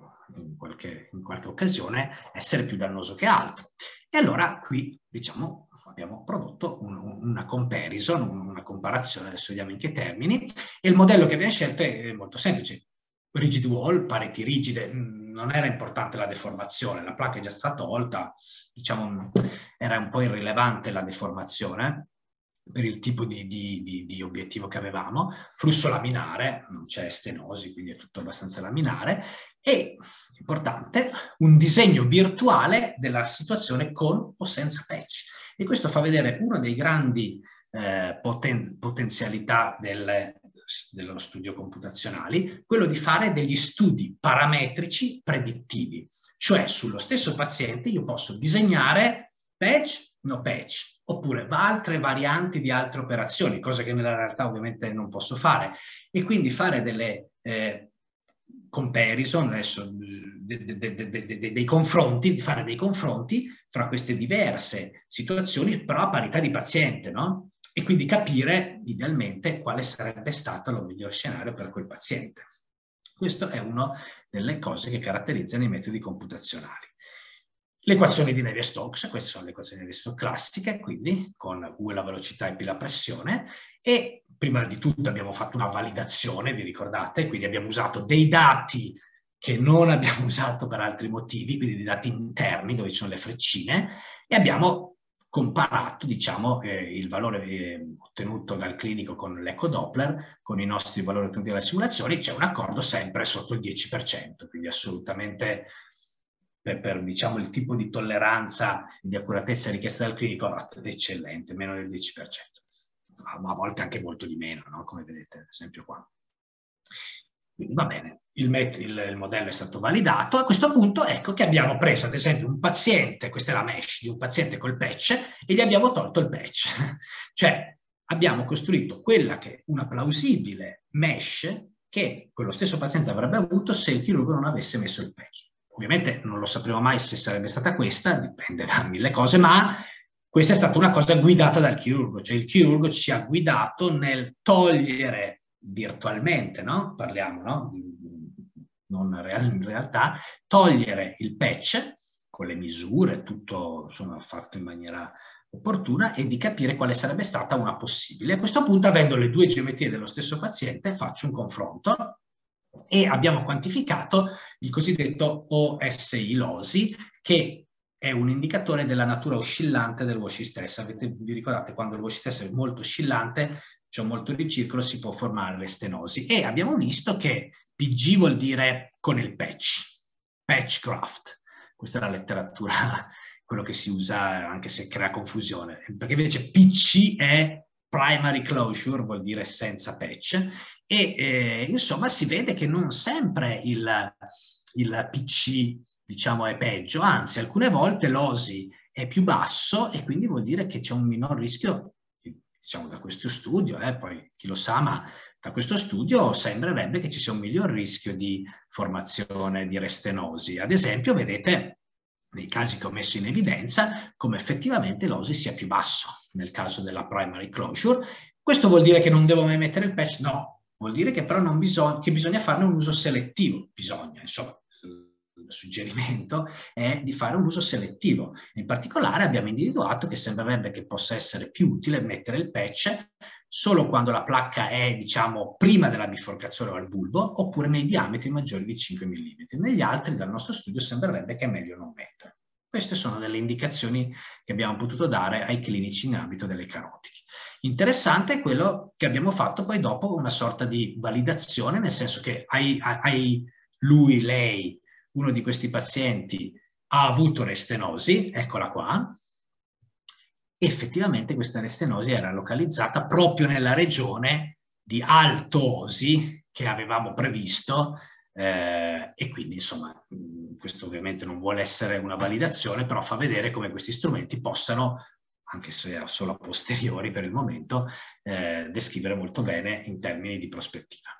in qualche, in qualche occasione essere più dannoso che altro. E allora qui, diciamo, abbiamo prodotto un, una comparison, una comparazione, adesso vediamo in che termini, e il modello che abbiamo scelto è molto semplice. Rigid wall, pareti rigide, non era importante la deformazione, la placca è già stata tolta, diciamo, era un po' irrilevante la deformazione per il tipo di, di, di, di obiettivo che avevamo, flusso laminare, non c'è stenosi, quindi è tutto abbastanza laminare, e, importante, un disegno virtuale della situazione con o senza patch. E questo fa vedere uno dei grandi eh, poten potenzialità del, dello studio computazionale, quello di fare degli studi parametrici predittivi. Cioè, sullo stesso paziente io posso disegnare patch, no patch, oppure altre varianti di altre operazioni, cosa che nella realtà ovviamente non posso fare, e quindi fare delle eh, comparison, adesso de, de, de, de, de, dei confronti, di fare dei confronti fra queste diverse situazioni, però a parità di paziente, no? E quindi capire idealmente quale sarebbe stato lo miglior scenario per quel paziente. Questa è una delle cose che caratterizzano i metodi computazionali. Le equazioni di Navier-Stokes, queste sono le equazioni di Navier-Stokes classiche, quindi con U la velocità e P la pressione, e prima di tutto abbiamo fatto una validazione, vi ricordate? Quindi abbiamo usato dei dati che non abbiamo usato per altri motivi, quindi dei dati interni dove ci sono le freccine, e abbiamo comparato, diciamo, eh, il valore eh, ottenuto dal clinico con l'eco Doppler con i nostri valori ottenuti dalle simulazioni. C'è un accordo sempre sotto il dieci per cento, quindi assolutamente per, per diciamo, il tipo di tolleranza e di accuratezza richiesta dal clinico eccellente, meno del dieci per cento, ma a volte anche molto di meno, no? Come vedete ad esempio qua. Quindi va bene, il, il, il modello è stato validato. A questo punto ecco che abbiamo preso ad esempio un paziente, questa è la mesh di un paziente col patch, e gli abbiamo tolto il patch. Cioè abbiamo costruito quella che è una plausibile mesh che quello stesso paziente avrebbe avuto se il chirurgo non avesse messo il patch. Ovviamente non lo sapremo mai se sarebbe stata questa, dipende da mille cose, ma questa è stata una cosa guidata dal chirurgo, cioè il chirurgo ci ha guidato nel togliere virtualmente, no? Parliamo, no? Non real, in realtà, togliere il patch con le misure, tutto insomma fatto in maniera opportuna, e di capire quale sarebbe stata una possibile. A questo punto, avendo le due geometrie dello stesso paziente, faccio un confronto e abbiamo quantificato il cosiddetto O S I LOSI, che è un indicatore della natura oscillante del Walsh stress. Avete, vi ricordate, quando il Walsh stress è molto oscillante, c'è molto ricircolo, si può formare le stenosi. E abbiamo visto che P G vuol dire con il patch, patch graft. Questa è la letteratura quello che si usa, anche se crea confusione, perché invece P C è primary closure, vuol dire senza patch, e eh, insomma si vede che non sempre il, il P C, diciamo, è peggio, anzi alcune volte l'O S I è più basso e quindi vuol dire che c'è un minor rischio, diciamo da questo studio, eh, poi chi lo sa, ma da questo studio sembrerebbe che ci sia un miglior rischio di formazione di restenosi. Ad esempio, vedete, nei casi che ho messo in evidenza, come effettivamente l'O S I sia più basso nel caso della primary closure. Questo vuol dire che non devo mai mettere il patch? No, vuol dire che però non bisogna, che bisogna farne un uso selettivo. Bisogna, insomma, il suggerimento è di fare un uso selettivo. In particolare abbiamo individuato che sembrerebbe che possa essere più utile mettere il patch solo quando la placca è, diciamo, prima della biforcazione o al bulbo, oppure nei diametri maggiori di cinque millimetri. Negli altri, dal nostro studio, sembrerebbe che è meglio non mettere. Queste sono delle indicazioni che abbiamo potuto dare ai clinici in ambito delle carotidi. Interessante è quello che abbiamo fatto poi dopo una sorta di validazione, nel senso che ai, ai lui, lei, uno di questi pazienti ha avuto restenosi, eccola qua, e effettivamente questa restenosi era localizzata proprio nella regione di alto O S I che avevamo previsto, eh, e quindi insomma questo ovviamente non vuole essere una validazione, però fa vedere come questi strumenti possano, anche se solo a posteriori per il momento, eh, descrivere molto bene in termini di prospettiva.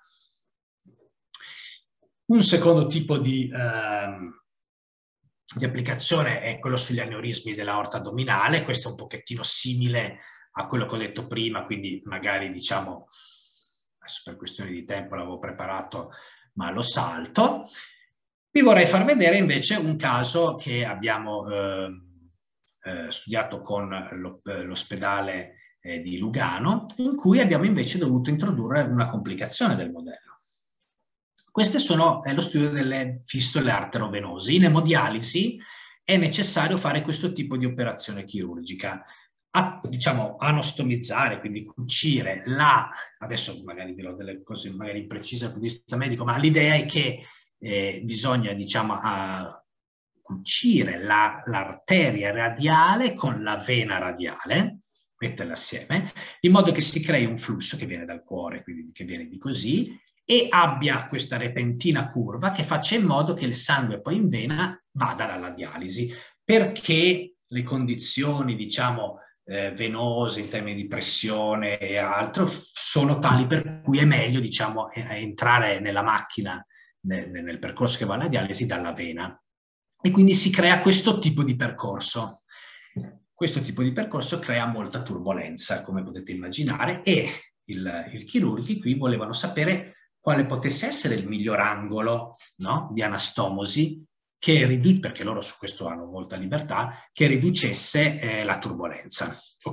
Un secondo tipo di, ehm, di applicazione è quello sugli aneurismi dell'aorta addominale. Questo è un pochettino simile a quello che ho detto prima, quindi magari diciamo, adesso per questioni di tempo l'avevo preparato ma lo salto. Vi vorrei far vedere invece un caso che abbiamo eh, eh, studiato con l'ospedale eh, di Lugano, in cui abbiamo invece dovuto introdurre una complicazione del modello. Questo sono, è lo studio delle fistole arterovenose. In emodialisi è necessario fare questo tipo di operazione chirurgica. A, diciamo, anastomizzare, quindi cucire la, adesso magari dirò delle cose magari imprecise dal punto di vista medico, ma l'idea è che eh, bisogna, diciamo, a, cucire l'arteria la, radiale con la vena radiale, metterla assieme, in modo che si crei un flusso che viene dal cuore, quindi che viene di così, e abbia questa repentina curva che faccia in modo che il sangue poi in vena vada dalla dialisi, perché le condizioni, diciamo, eh, venose in termini di pressione e altro sono tali per cui è meglio, diciamo, entrare nella macchina, nel, nel percorso che va alla dialisi dalla vena. E quindi si crea questo tipo di percorso. Questo tipo di percorso crea molta turbolenza, come potete immaginare, e il, il chirurghi qui volevano sapere quale potesse essere il miglior angolo, no, di anastomosi, che ridu- perché loro su questo hanno molta libertà, che riducesse eh, la turbolenza. Ok?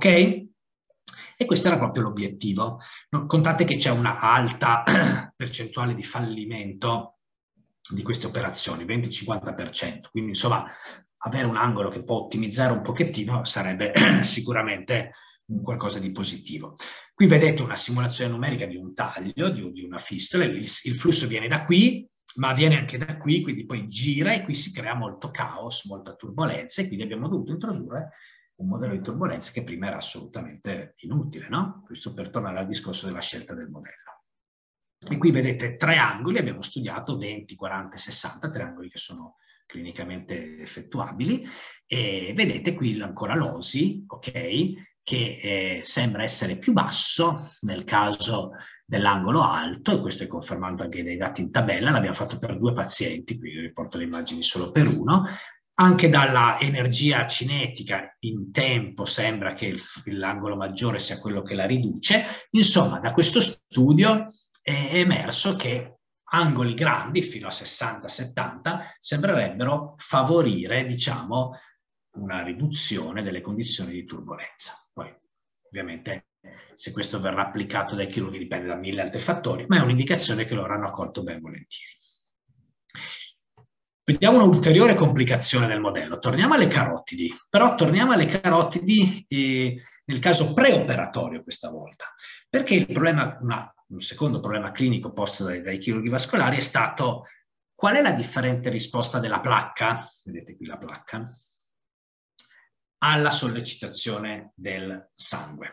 E questo era proprio l'obiettivo. No, contate che c'è una alta percentuale di fallimento di queste operazioni, venti cinquanta per cento. Quindi insomma avere un angolo che può ottimizzare un pochettino sarebbe sicuramente qualcosa di positivo. Qui vedete una simulazione numerica di un taglio, di, di una fistola, il, il flusso viene da qui, ma viene anche da qui, quindi poi gira e qui si crea molto caos, molta turbolenza, e quindi abbiamo dovuto introdurre un modello di turbolenza che prima era assolutamente inutile, no? Questo per tornare al discorso della scelta del modello. E qui vedete tre angoli, abbiamo studiato venti, quaranta, sessanta, tre angoli che sono clinicamente effettuabili, e vedete qui ancora l'O S I, ok, che eh, sembra essere più basso nel caso dell'angolo alto, e questo è confermato anche dai dati in tabella. L'abbiamo fatto per due pazienti, qui riporto le immagini solo per uno. Anche dalla energia cinetica in tempo sembra che l'angolo maggiore sia quello che la riduce. Insomma, da questo studio è emerso che angoli grandi, fino a sessanta settanta, sembrerebbero favorire, diciamo, una riduzione delle condizioni di turbolenza. Poi, ovviamente, se questo verrà applicato dai chirurghi dipende da mille altri fattori, ma è un'indicazione che loro hanno accolto ben volentieri. Vediamo un'ulteriore complicazione del modello. Torniamo alle carotidi, però torniamo alle carotidi eh, nel caso preoperatorio questa volta, perché il problema, una, un secondo problema clinico posto dai, dai chirurghi vascolari è stato: qual è la differente risposta della placca? Vedete qui la placca. alla sollecitazione del sangue.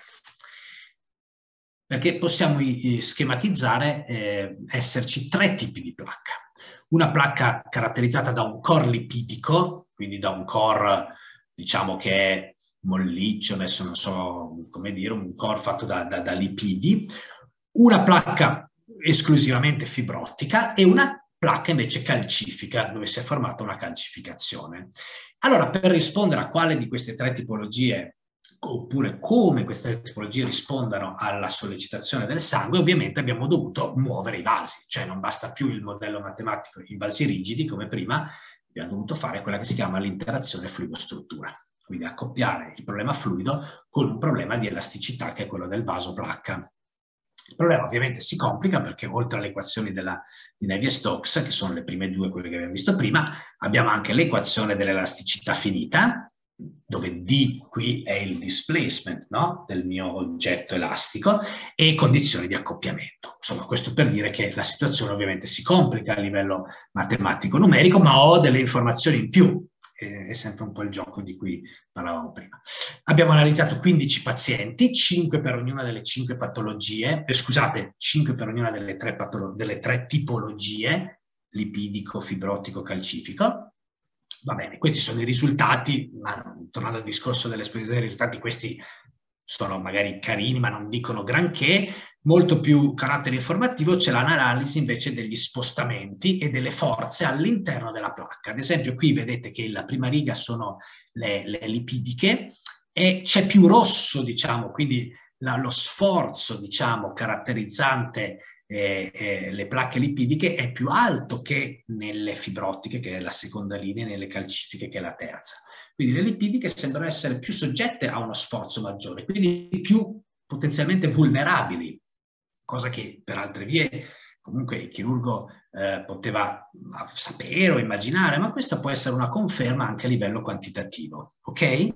Perché possiamo eh, schematizzare eh, esserci tre tipi di placca. Una placca caratterizzata da un core lipidico, quindi da un core, diciamo, che è molliccio, adesso non so come dire, un core fatto da, da, da lipidi, una placca esclusivamente fibrottica e una placca invece calcifica, dove si è formata una calcificazione. Allora, per rispondere a quale di queste tre tipologie, oppure come queste tre tipologie rispondano alla sollecitazione del sangue, ovviamente abbiamo dovuto muovere i vasi, cioè non basta più il modello matematico in vasi rigidi come prima, abbiamo dovuto fare quella che si chiama l'interazione fluido-struttura, quindi accoppiare il problema fluido con un problema di elasticità che è quello del vaso placca. Il problema ovviamente si complica perché oltre alle equazioni della, di Navier-Stokes, che sono le prime due, quelle che abbiamo visto prima, abbiamo anche l'equazione dell'elasticità finita, dove D qui è il displacement, no? Del mio oggetto elastico, e condizioni di accoppiamento. Insomma, questo per dire che la situazione ovviamente si complica a livello matematico-numerico, ma ho delle informazioni in più. È sempre un po' il gioco di cui parlavamo prima. Abbiamo analizzato quindici pazienti, cinque per ognuna delle cinque patologie, eh, scusate, cinque per ognuna delle tre, delle tre tipologie, lipidico, fibrotico, calcifico. Va bene, questi sono i risultati, ma tornando al discorso dell'esposizione dei risultati, questi sono magari carini, ma non dicono granché. Molto più carattere informativo c'è l'analisi invece degli spostamenti e delle forze all'interno della placca. Ad esempio qui vedete che la prima riga sono le, le lipidiche e c'è più rosso, diciamo, quindi la, lo sforzo, diciamo, caratterizzante eh, eh, le placche lipidiche è più alto che nelle fibrotiche, che è la seconda linea, e nelle calcifiche, che è la terza. Quindi le lipidiche sembrano essere più soggette a uno sforzo maggiore, quindi più potenzialmente vulnerabili, cosa che per altre vie comunque il chirurgo eh, poteva sapere o immaginare, ma questa può essere una conferma anche a livello quantitativo, ok? E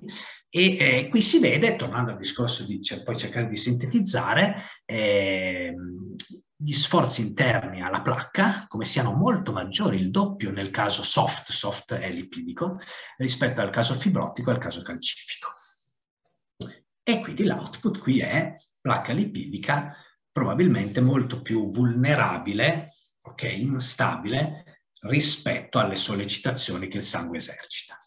eh, qui si vede, tornando al discorso di cioè, poi cercare di sintetizzare, eh, gli sforzi interni alla placca, come siano molto maggiori, il doppio nel caso soft, soft è lipidico, rispetto al caso fibrotico e al caso calcifico. E quindi l'output qui è placca lipidica probabilmente molto più vulnerabile, ok, instabile, rispetto alle sollecitazioni che il sangue esercita.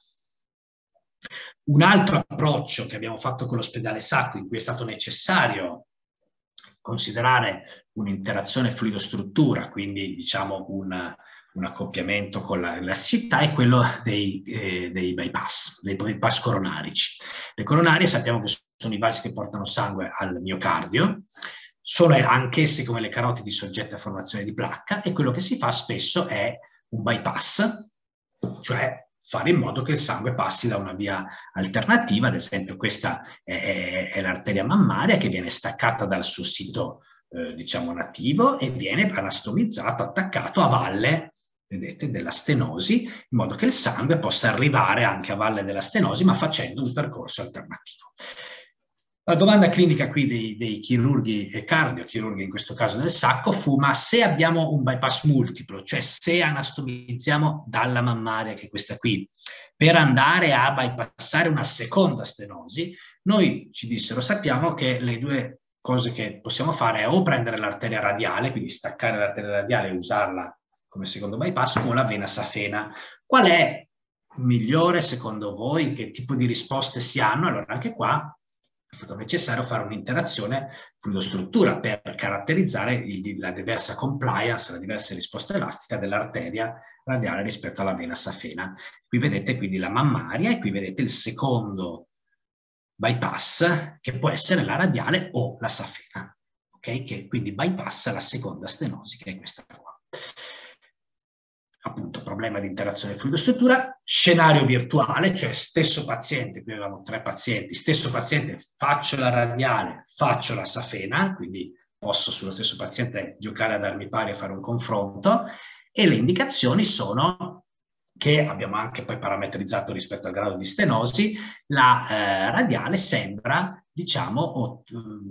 Un altro approccio che abbiamo fatto con l'ospedale Sacco, in cui è stato necessario considerare un'interazione fluido-struttura, quindi diciamo un, un accoppiamento con l'elasticità, è quello dei, eh, dei bypass, dei bypass coronarici. Le coronarie sappiamo che sono i vasi che portano sangue al miocardio, sono anch'esse come le carotidi soggette a formazione di placca, e quello che si fa spesso è un bypass, cioè fare in modo che il sangue passi da una via alternativa. Ad esempio questa è, è, è l'arteria mammaria, che viene staccata dal suo sito eh, diciamo nativo e viene anastomizzato, attaccato a valle, vedete, della stenosi, in modo che il sangue possa arrivare anche a valle della stenosi, ma facendo un percorso alternativo. La domanda clinica qui dei, dei chirurghi e cardiochirurghi, in questo caso del Sacco, fu: ma se abbiamo un bypass multiplo, cioè se anastomizziamo dalla mammaria, che è questa qui, per andare a bypassare una seconda stenosi, noi ci dissero, sappiamo che le due cose che possiamo fare è o prendere l'arteria radiale, quindi staccare l'arteria radiale e usarla come secondo bypass, o la vena safena. Qual è migliore secondo voi? Che tipo di risposte si hanno? Allora anche qua è stato necessario fare un'interazione fluido-struttura per caratterizzare il, la diversa compliance, la diversa risposta elastica dell'arteria radiale rispetto alla vena safena. Qui vedete quindi la mammaria e qui vedete il secondo bypass, che può essere la radiale o la safena, ok? Che quindi bypassa la seconda stenosi, che è questa qua. Appunto, problema di interazione fluido-struttura, scenario virtuale, cioè stesso paziente, qui avevamo tre pazienti, stesso paziente, faccio la radiale, faccio la safena, quindi posso sullo stesso paziente giocare ad armi pari e fare un confronto, e le indicazioni sono che abbiamo anche poi parametrizzato rispetto al grado di stenosi. La eh, radiale sembra, diciamo, o,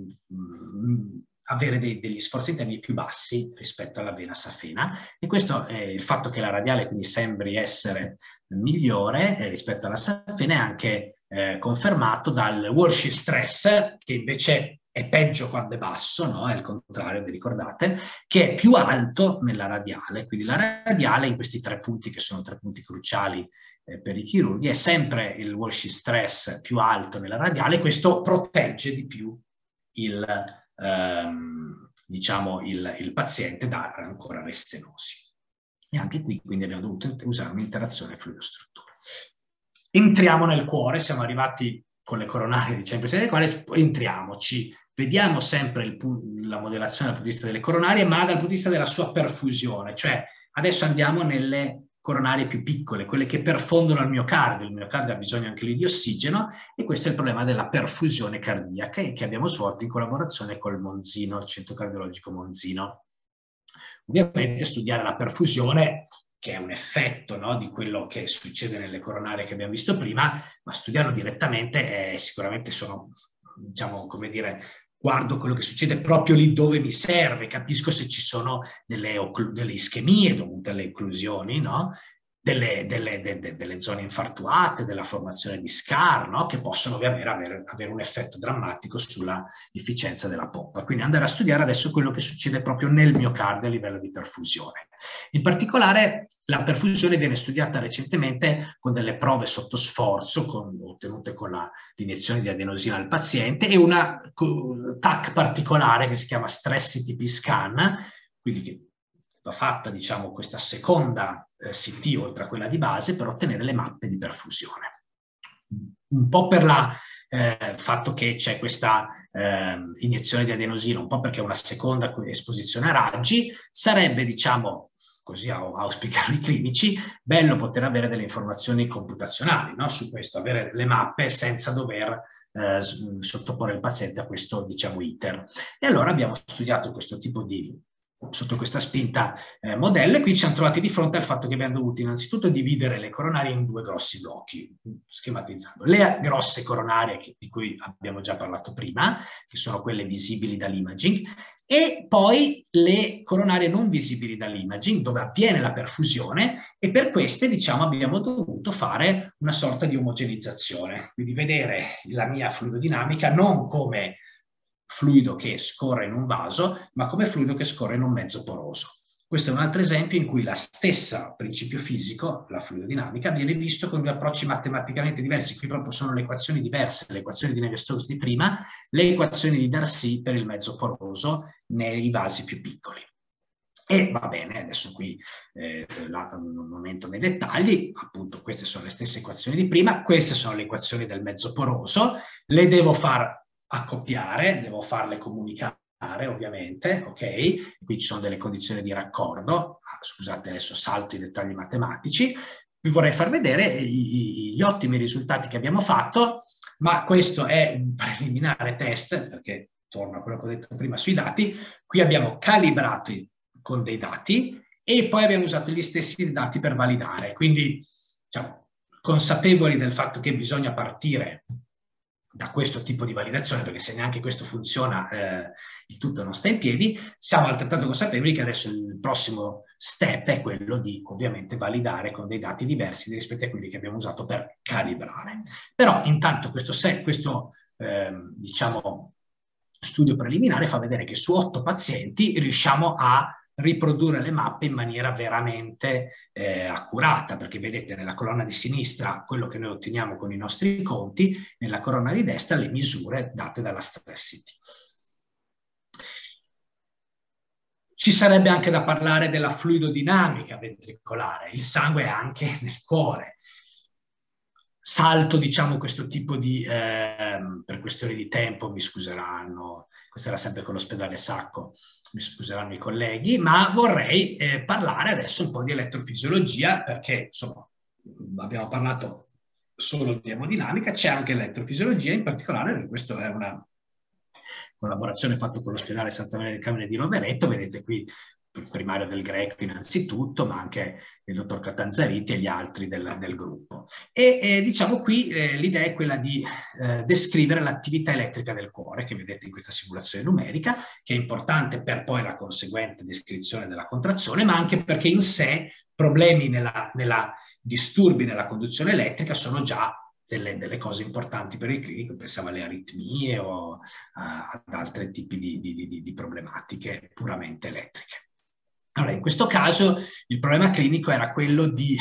um, avere dei, degli sforzi interni più bassi rispetto alla vena safena, e questo è il fatto che la radiale quindi sembri essere migliore eh, rispetto alla safena, è anche eh, confermato dal wall shear stress, che invece è peggio quando è basso, no? È il contrario, vi ricordate, che è più alto nella radiale. Quindi la radiale, in questi tre punti, che sono tre punti cruciali eh, per i chirurghi, è sempre il wall shear stress più alto nella radiale. Questo protegge di più il, ehm, diciamo, il, il paziente da ancora restenosi. E anche qui, quindi, abbiamo dovuto usare un'interazione fluido-struttura. Entriamo nel cuore, siamo arrivati con le coronarie, diciamo, in quale entriamoci. Vediamo sempre il, la modellazione dal punto di vista delle coronarie, ma dal punto di vista della sua perfusione, cioè adesso andiamo nelle coronarie più piccole, quelle che perfondono il miocardio. Il miocardio ha bisogno anche lì di ossigeno, e questo è il problema della perfusione cardiaca, che abbiamo svolto in collaborazione col Monzino, il Centro Cardiologico Monzino. Ovviamente studiare la perfusione, che è un effetto, no, di quello che succede nelle coronarie che abbiamo visto prima, ma studiarlo direttamente è sicuramente sono, diciamo, come dire, guardo quello che succede proprio lì dove mi serve, capisco se ci sono delle, delle ischemie dovute alle occlusioni, no? Delle, delle, de, delle zone infartuate, della formazione di scar, no? Che possono ovviamente avere, avere un effetto drammatico sulla efficienza della pompa. Quindi andare a studiare adesso quello che succede proprio nel miocardio a livello di perfusione. In particolare la perfusione viene studiata recentemente con delle prove sotto sforzo, con, ottenute con l'iniezione di adenosina al paziente, e una T A C particolare che si chiama Stress C T P Scan, quindi che va fatta, diciamo, questa seconda eh, C T oltre a quella di base per ottenere le mappe di perfusione. Un po' per il eh, fatto che c'è questa eh, iniezione di adenosina, un po' perché è una seconda esposizione a raggi, sarebbe, diciamo, così auspicano i clinici, bello poter avere delle informazioni computazionali, no? Su questo, avere le mappe senza dover eh, sottoporre il paziente a questo, diciamo, iter. E allora abbiamo studiato questo tipo di, sotto questa spinta eh, modello, e qui ci siamo trovati di fronte al fatto che abbiamo dovuto innanzitutto dividere le coronarie in due grossi blocchi, schematizzando. Le grosse coronarie, che, di cui abbiamo già parlato prima, che sono quelle visibili dall'imaging, e poi le coronarie non visibili dall'imaging, dove avviene la perfusione, e per queste, diciamo, abbiamo dovuto fare una sorta di omogenizzazione, quindi vedere la mia fluidodinamica non come fluido che scorre in un vaso, ma come fluido che scorre in un mezzo poroso. Questo è un altro esempio in cui la stessa principio fisico, la fluidodinamica, viene visto con due approcci matematicamente diversi. Qui proprio sono le equazioni diverse, le equazioni di Navier-Stokes di prima, le equazioni di Darcy per il mezzo poroso nei vasi più piccoli. E va bene, adesso qui eh, la, non entro nei dettagli, appunto queste sono le stesse equazioni di prima, queste sono le equazioni del mezzo poroso, le devo far accoppiare, devo farle comunicare, ovviamente, ok? Qui ci sono delle condizioni di raccordo. Ah, scusate, adesso salto i dettagli matematici. Vi vorrei far vedere i, gli ottimi risultati che abbiamo fatto, ma questo è un preliminare test, perché torno a quello che ho detto prima sui dati. Qui abbiamo calibrato con dei dati e poi abbiamo usato gli stessi dati per validare. Quindi, diciamo, consapevoli del fatto che bisogna partire da questo tipo di validazione, perché se neanche questo funziona eh, il tutto non sta in piedi, siamo altrettanto consapevoli che adesso il prossimo step è quello di ovviamente validare con dei dati diversi rispetto a quelli che abbiamo usato per calibrare. Però intanto questo, questo eh, diciamo, studio preliminare fa vedere che su otto pazienti riusciamo a riprodurre le mappe in maniera veramente eh, accurata, perché vedete nella colonna di sinistra quello che noi otteniamo con i nostri conti, nella colonna di destra le misure date dalla Stress C T. Ci sarebbe anche da parlare della fluidodinamica ventricolare, il sangue è anche nel cuore. Salto, diciamo, questo tipo di, eh, per questioni di tempo, mi scuseranno, questo era sempre con l'ospedale Sacco, mi scuseranno i colleghi, ma vorrei eh, parlare adesso un po' di elettrofisiologia, perché insomma abbiamo parlato solo di emodinamica, c'è anche elettrofisiologia, in particolare, perché questa è una collaborazione fatta con l'ospedale Santa Maria del Carmine di Rovereto, vedete qui il primario del Greco innanzitutto, ma anche il dottor Catanzariti e gli altri del, del gruppo. E eh, diciamo qui eh, l'idea è quella di eh, descrivere l'attività elettrica del cuore, che vedete in questa simulazione numerica, che è importante per poi la conseguente descrizione della contrazione, ma anche perché in sé problemi nella, nella disturbi nella conduzione elettrica sono già delle, delle cose importanti per il clinico, pensiamo alle aritmie o a, ad altri tipi di, di, di, di problematiche puramente elettriche. Allora, in questo caso il problema clinico era quello di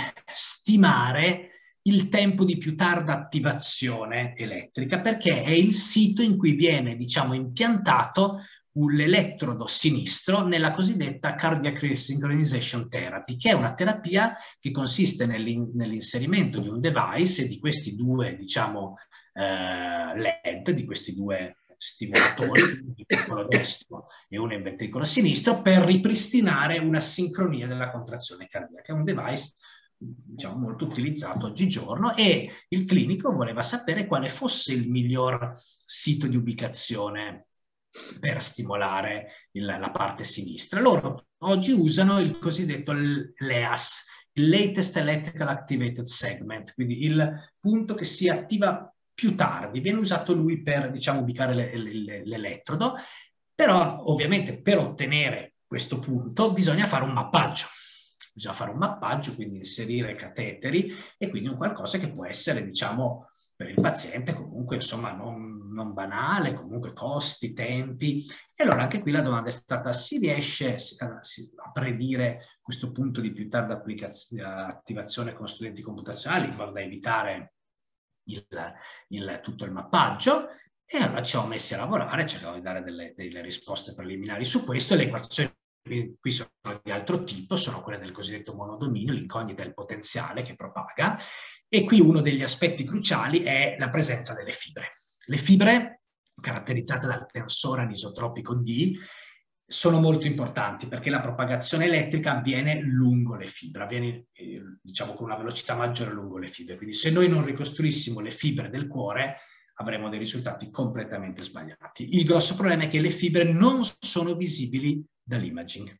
stimare il tempo di più tarda attivazione elettrica, perché è il sito in cui viene, diciamo, impiantato l'elettrodo sinistro nella cosiddetta cardiac resynchronization therapy, che è una terapia che consiste nell'inserimento di un device e di questi due, diciamo, eh, L E D, di questi due stimolatori, un ventricolo destro e uno in ventricolo sinistro, per ripristinare una sincronia della contrazione cardiaca. È un device, diciamo, molto utilizzato oggigiorno, e il clinico voleva sapere quale fosse il miglior sito di ubicazione per stimolare il, la parte sinistra. Loro oggi usano il cosiddetto L E A S, il Latest Electrical Activated Segment, quindi il punto che si attiva più tardi. Viene usato lui per, diciamo, ubicare l'elettrodo, però ovviamente per ottenere questo punto bisogna fare un mappaggio. Bisogna fare un mappaggio, quindi inserire cateteri, e quindi un qualcosa che può essere, diciamo, per il paziente comunque, insomma, non, non banale, comunque costi, tempi. E allora anche qui la domanda è stata: si riesce a, a predire questo punto di più tarda attivazione con strumenti computazionali in modo da evitare il, il, tutto il mappaggio? E allora ci siamo messi a lavorare, cercavamo di dare delle, delle risposte preliminari su questo, e le equazioni qui sono di altro tipo, sono quelle del cosiddetto monodominio, l'incognita e il potenziale che propaga. E qui uno degli aspetti cruciali è la presenza delle fibre. Le fibre, caratterizzate dal tensore anisotropico D, sono molto importanti perché la propagazione elettrica avviene lungo le fibre, avviene, eh, diciamo, con una velocità maggiore lungo le fibre. Quindi se noi non ricostruissimo le fibre del cuore, avremo dei risultati completamente sbagliati. Il grosso problema è che le fibre non sono visibili dall'imaging.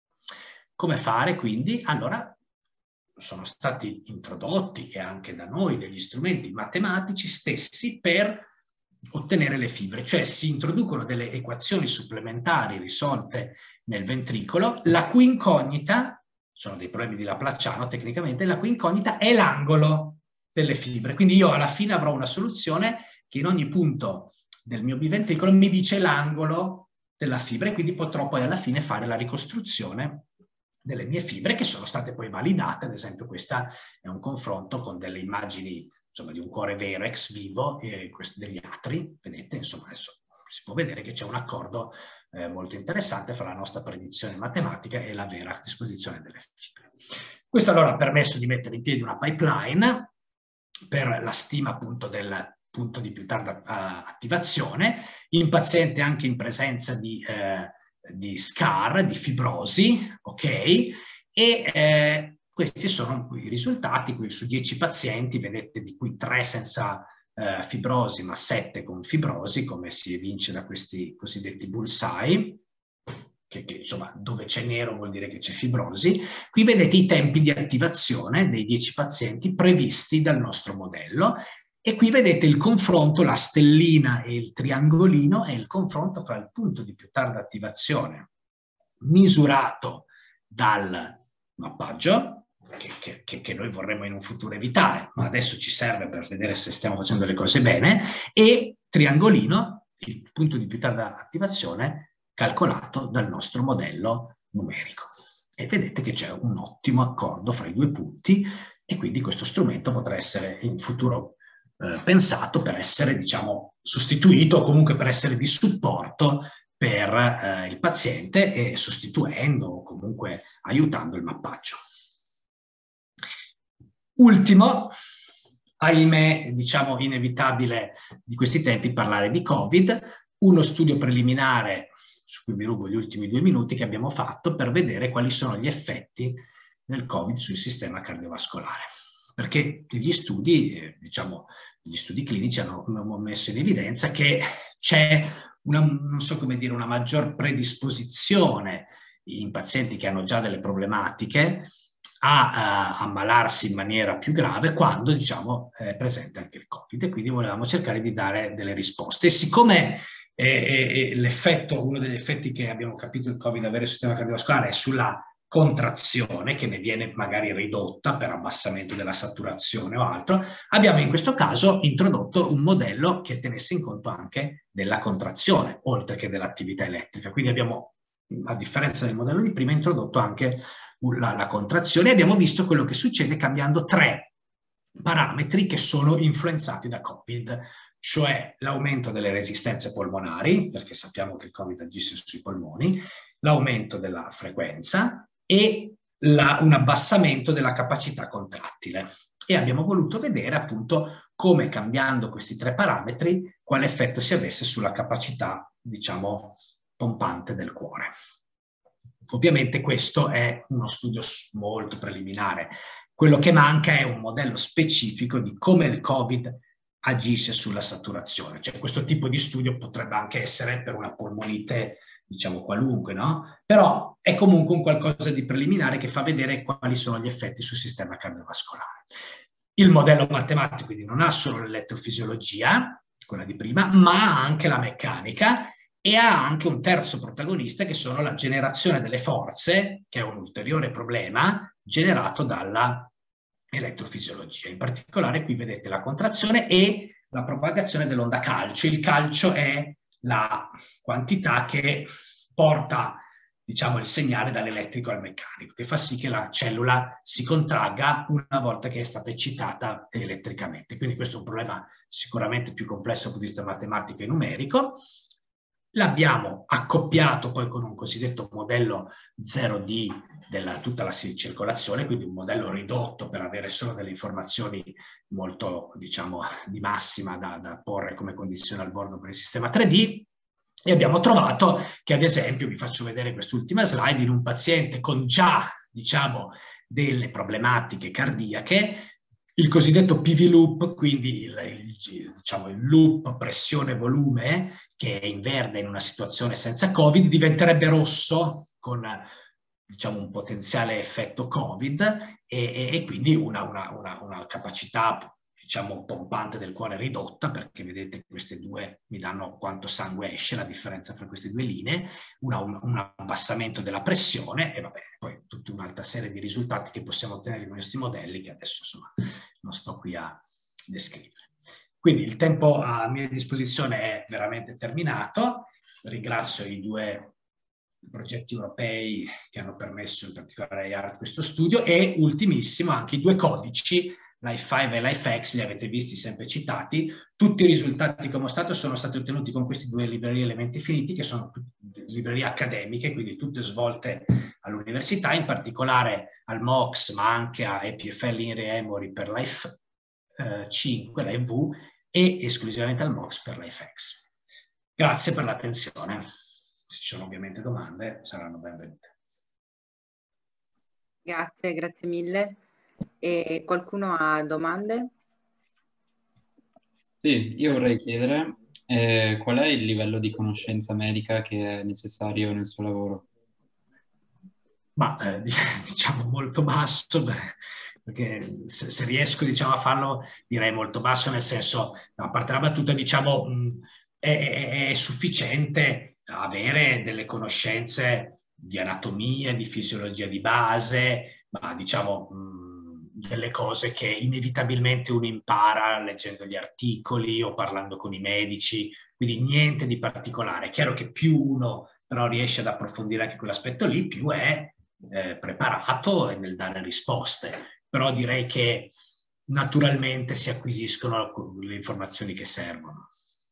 Come fare quindi? Allora, sono stati introdotti, e anche da noi, degli strumenti matematici stessi per ottenere le fibre, cioè si introducono delle equazioni supplementari risolte nel ventricolo, la cui incognita, sono dei problemi di Laplaciano tecnicamente, la cui incognita è l'angolo delle fibre. Quindi io alla fine avrò una soluzione che in ogni punto del mio biventricolo mi dice l'angolo della fibra, e quindi potrò poi alla fine fare la ricostruzione delle mie fibre, che sono state poi validate. Ad esempio, questo è un confronto con delle immagini, insomma, di un cuore vero ex vivo e degli atri. Vedete, insomma, adesso si può vedere che c'è un accordo eh, molto interessante fra la nostra predizione matematica e la vera disposizione delle fibre. Questo allora ha permesso di mettere in piedi una pipeline per la stima appunto del punto di più tarda uh, attivazione, in paziente anche in presenza di eh, di scar, di fibrosi, ok? E eh, questi sono i risultati. Qui su dieci pazienti, vedete, di cui tre senza eh, fibrosi, ma sette con fibrosi, come si evince da questi cosiddetti bullseye, che, che insomma, dove c'è nero vuol dire che c'è fibrosi. Qui vedete i tempi di attivazione dei dieci pazienti previsti dal nostro modello. E qui vedete il confronto, la stellina e il triangolino, è il confronto fra il punto di più tarda attivazione misurato dal mappaggio, che, che, che noi vorremmo in un futuro evitare, ma adesso ci serve per vedere se stiamo facendo le cose bene, e triangolino, il punto di più tarda attivazione calcolato dal nostro modello numerico. E vedete che c'è un ottimo accordo fra i due punti, e quindi questo strumento potrà essere in futuro Eh, pensato per essere, diciamo, sostituito, o comunque per essere di supporto per eh, il paziente, e sostituendo o comunque aiutando il mappaggio. Ultimo, ahimè, diciamo inevitabile di questi tempi, parlare di Covid, uno studio preliminare su cui vi rubo gli ultimi due minuti che abbiamo fatto per vedere quali sono gli effetti del Covid sul sistema cardiovascolare. Perché gli studi, eh, diciamo, gli studi clinici hanno, hanno messo in evidenza che c'è una, non so come dire, una maggior predisposizione in pazienti che hanno già delle problematiche a, a ammalarsi in maniera più grave quando, diciamo, è presente anche il Covid. E quindi volevamo cercare di dare delle risposte. E siccome eh, eh, l'effetto, uno degli effetti che abbiamo capito il Covid avere sul sistema cardiovascolare è sulla contrazione, che ne viene magari ridotta per abbassamento della saturazione o altro, abbiamo in questo caso introdotto un modello che tenesse in conto anche della contrazione, oltre che dell'attività elettrica. Quindi abbiamo, a differenza del modello di prima, introdotto anche la, la contrazione e abbiamo visto quello che succede cambiando tre parametri che sono influenzati da Covid, cioè l'aumento delle resistenze polmonari, perché sappiamo che il Covid agisce sui polmoni, l'aumento della frequenza e la, un abbassamento della capacità contrattile. E abbiamo voluto vedere appunto come, cambiando questi tre parametri, quale effetto si avesse sulla capacità, diciamo, pompante del cuore. Ovviamente questo è uno studio molto preliminare. Quello che manca è un modello specifico di come il Covid agisce sulla saturazione. Cioè, questo tipo di studio potrebbe anche essere per una polmonite, diciamo, qualunque, no? Però è comunque un qualcosa di preliminare che fa vedere quali sono gli effetti sul sistema cardiovascolare. Il modello matematico quindi non ha solo l'elettrofisiologia, quella di prima, ma ha anche la meccanica e ha anche un terzo protagonista, che sono la generazione delle forze, che è un ulteriore problema generato dalla elettrofisiologia. In particolare qui vedete la contrazione e la propagazione dell'onda calcio. Il calcio è la quantità che porta, diciamo, il segnale dall'elettrico al meccanico, che fa sì che la cellula si contragga una volta che è stata eccitata elettricamente. Quindi questo è un problema sicuramente più complesso dal punto di vista matematico e numerico. L'abbiamo accoppiato poi con un cosiddetto modello zero D della tutta la circolazione, quindi un modello ridotto per avere solo delle informazioni molto, diciamo, di massima da, da porre come condizione al bordo per il sistema tre D. E abbiamo trovato che, ad esempio, vi faccio vedere quest'ultima slide, in un paziente con già, diciamo, delle problematiche cardiache, il cosiddetto P V loop, quindi il, il, diciamo, il loop pressione-volume, che è in verde in una situazione senza Covid, diventerebbe rosso con, diciamo, un potenziale effetto Covid e, e, e quindi una, una, una, una capacità, diciamo, pompante del cuore ridotta, perché vedete queste due mi danno quanto sangue esce, la differenza fra queste due linee, una, un, un abbassamento della pressione e vabbè, poi tutta un'altra serie di risultati che possiamo ottenere con questi modelli che adesso, insomma, non sto qui a descrivere. Quindi il tempo a mia disposizione è veramente terminato. Ringrazio i due progetti europei che hanno permesso, in particolare a I A R T, questo studio, e ultimissimo anche i due codici, Life cinque e Life X, li avete visti, sempre citati. Tutti i risultati che ho mostrato sono stati ottenuti con queste due librerie elementi finiti, che sono librerie accademiche, quindi tutte svolte all'università, in particolare al M O X, ma anche a E P F L in Re-Emory per Life cinque, Life V, e esclusivamente al M O X per Life X. Grazie per l'attenzione. Se ci sono ovviamente domande, saranno benvenute. Grazie, grazie mille. E qualcuno ha domande? Sì, io vorrei chiedere eh, qual è il livello di conoscenza medica che è necessario nel suo lavoro? Ma eh, diciamo molto basso, perché se, se riesco, diciamo, a farlo, direi molto basso, nel senso, a parte la battuta, diciamo, mh, è, è, è sufficiente avere delle conoscenze di anatomia, di fisiologia di base, ma diciamo mh, delle cose che inevitabilmente uno impara leggendo gli articoli o parlando con i medici, quindi niente di particolare. È chiaro che più uno però riesce ad approfondire anche quell'aspetto lì, più è eh, preparato nel dare risposte. Però direi che naturalmente si acquisiscono le informazioni che servono.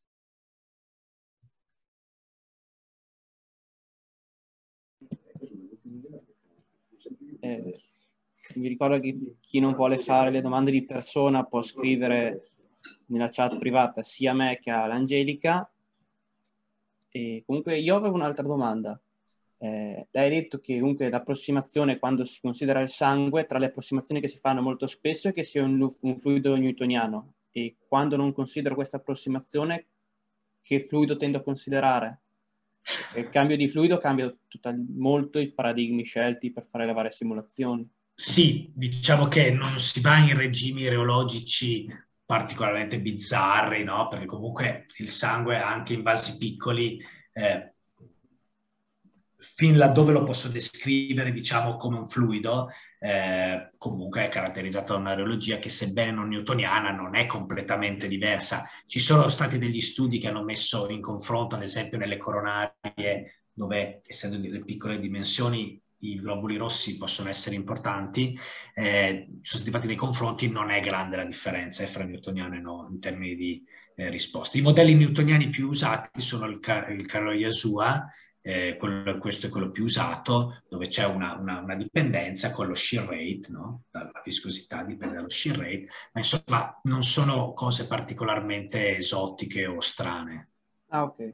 Eh, vi ricordo che chi non vuole fare le domande di persona può scrivere nella chat privata sia a me che all'Angelica. E comunque io avevo un'altra domanda. Eh, lei ha detto che comunque l'approssimazione, quando si considera il sangue, tra le approssimazioni che si fanno molto spesso è che sia un, un fluido newtoniano, e quando non considero questa approssimazione, che fluido tendo a considerare? Il cambio di fluido cambia total, molto i paradigmi scelti per fare le varie simulazioni. Sì, diciamo che non si va in regimi reologici particolarmente bizzarri, no? Perché comunque il sangue anche in vasi piccoli eh, fin laddove lo posso descrivere, diciamo, come un fluido, eh, comunque è caratterizzato da un'areologia che, sebbene non newtoniana, non è completamente diversa. Ci sono stati degli studi che hanno messo in confronto, ad esempio nelle coronarie, dove, essendo delle piccole dimensioni, i globuli rossi possono essere importanti, eh, sono stati fatti dei confronti, non è grande la differenza eh, fra newtoniano e no, in termini di eh, risposte. I modelli newtoniani più usati sono il, il Karolyasua, eh, quello, questo è quello più usato, dove c'è una, una, una dipendenza con lo shear rate, no? La viscosità dipende dallo shear rate, ma insomma non sono cose particolarmente esotiche o strane. Ah, ok.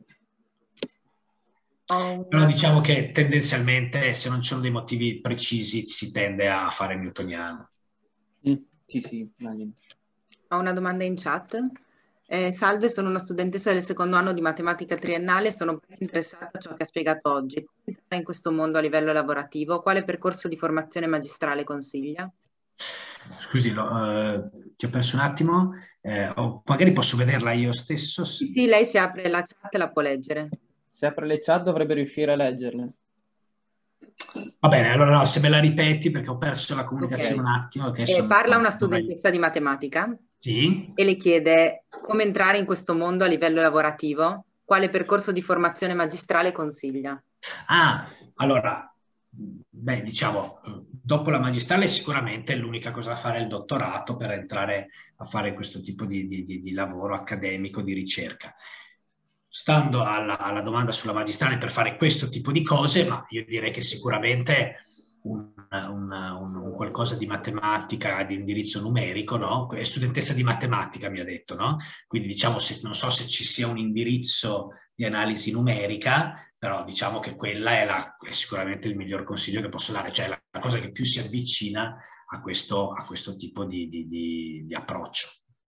Però diciamo che tendenzialmente, se non ci sono dei motivi precisi, si tende a fare newtoniano. Mm, sì, sì, immagino. Ho una domanda in chat. Eh, salve, sono una studentessa del secondo anno di matematica triennale e sono molto interessata a ciò che ha spiegato oggi. Come entrare in questo mondo a livello lavorativo? Quale percorso di formazione magistrale consiglia? Scusi, lo, eh, ti ho perso un attimo. Eh, o magari posso vederla io stesso? Sì, sì, lei si apre la chat e la può leggere. Se apre le chat dovrebbe riuscire a leggerle. Va bene, allora no, se me la ripeti perché ho perso la comunicazione Okay. un attimo. Che Eh, sono... parla una studentessa di matematica Sì? e le chiede come entrare in questo mondo a livello lavorativo, quale percorso di formazione magistrale consiglia? Ah, allora, beh, diciamo, dopo la magistrale sicuramente l'unica cosa da fare è il dottorato per entrare a fare questo tipo di, di, di, di lavoro accademico, di ricerca. Stando alla, alla domanda sulla magistrale per fare questo tipo di cose, ma io direi che sicuramente un, un, un, un qualcosa di matematica di indirizzo numerico, no? È studentessa di matematica, mi ha detto, no? Quindi diciamo, se, non so se ci sia un indirizzo di analisi numerica, però diciamo che quella è, la, è sicuramente il miglior consiglio che posso dare, cioè la, la cosa che più si avvicina a questo, a questo tipo di, di, di, di approccio.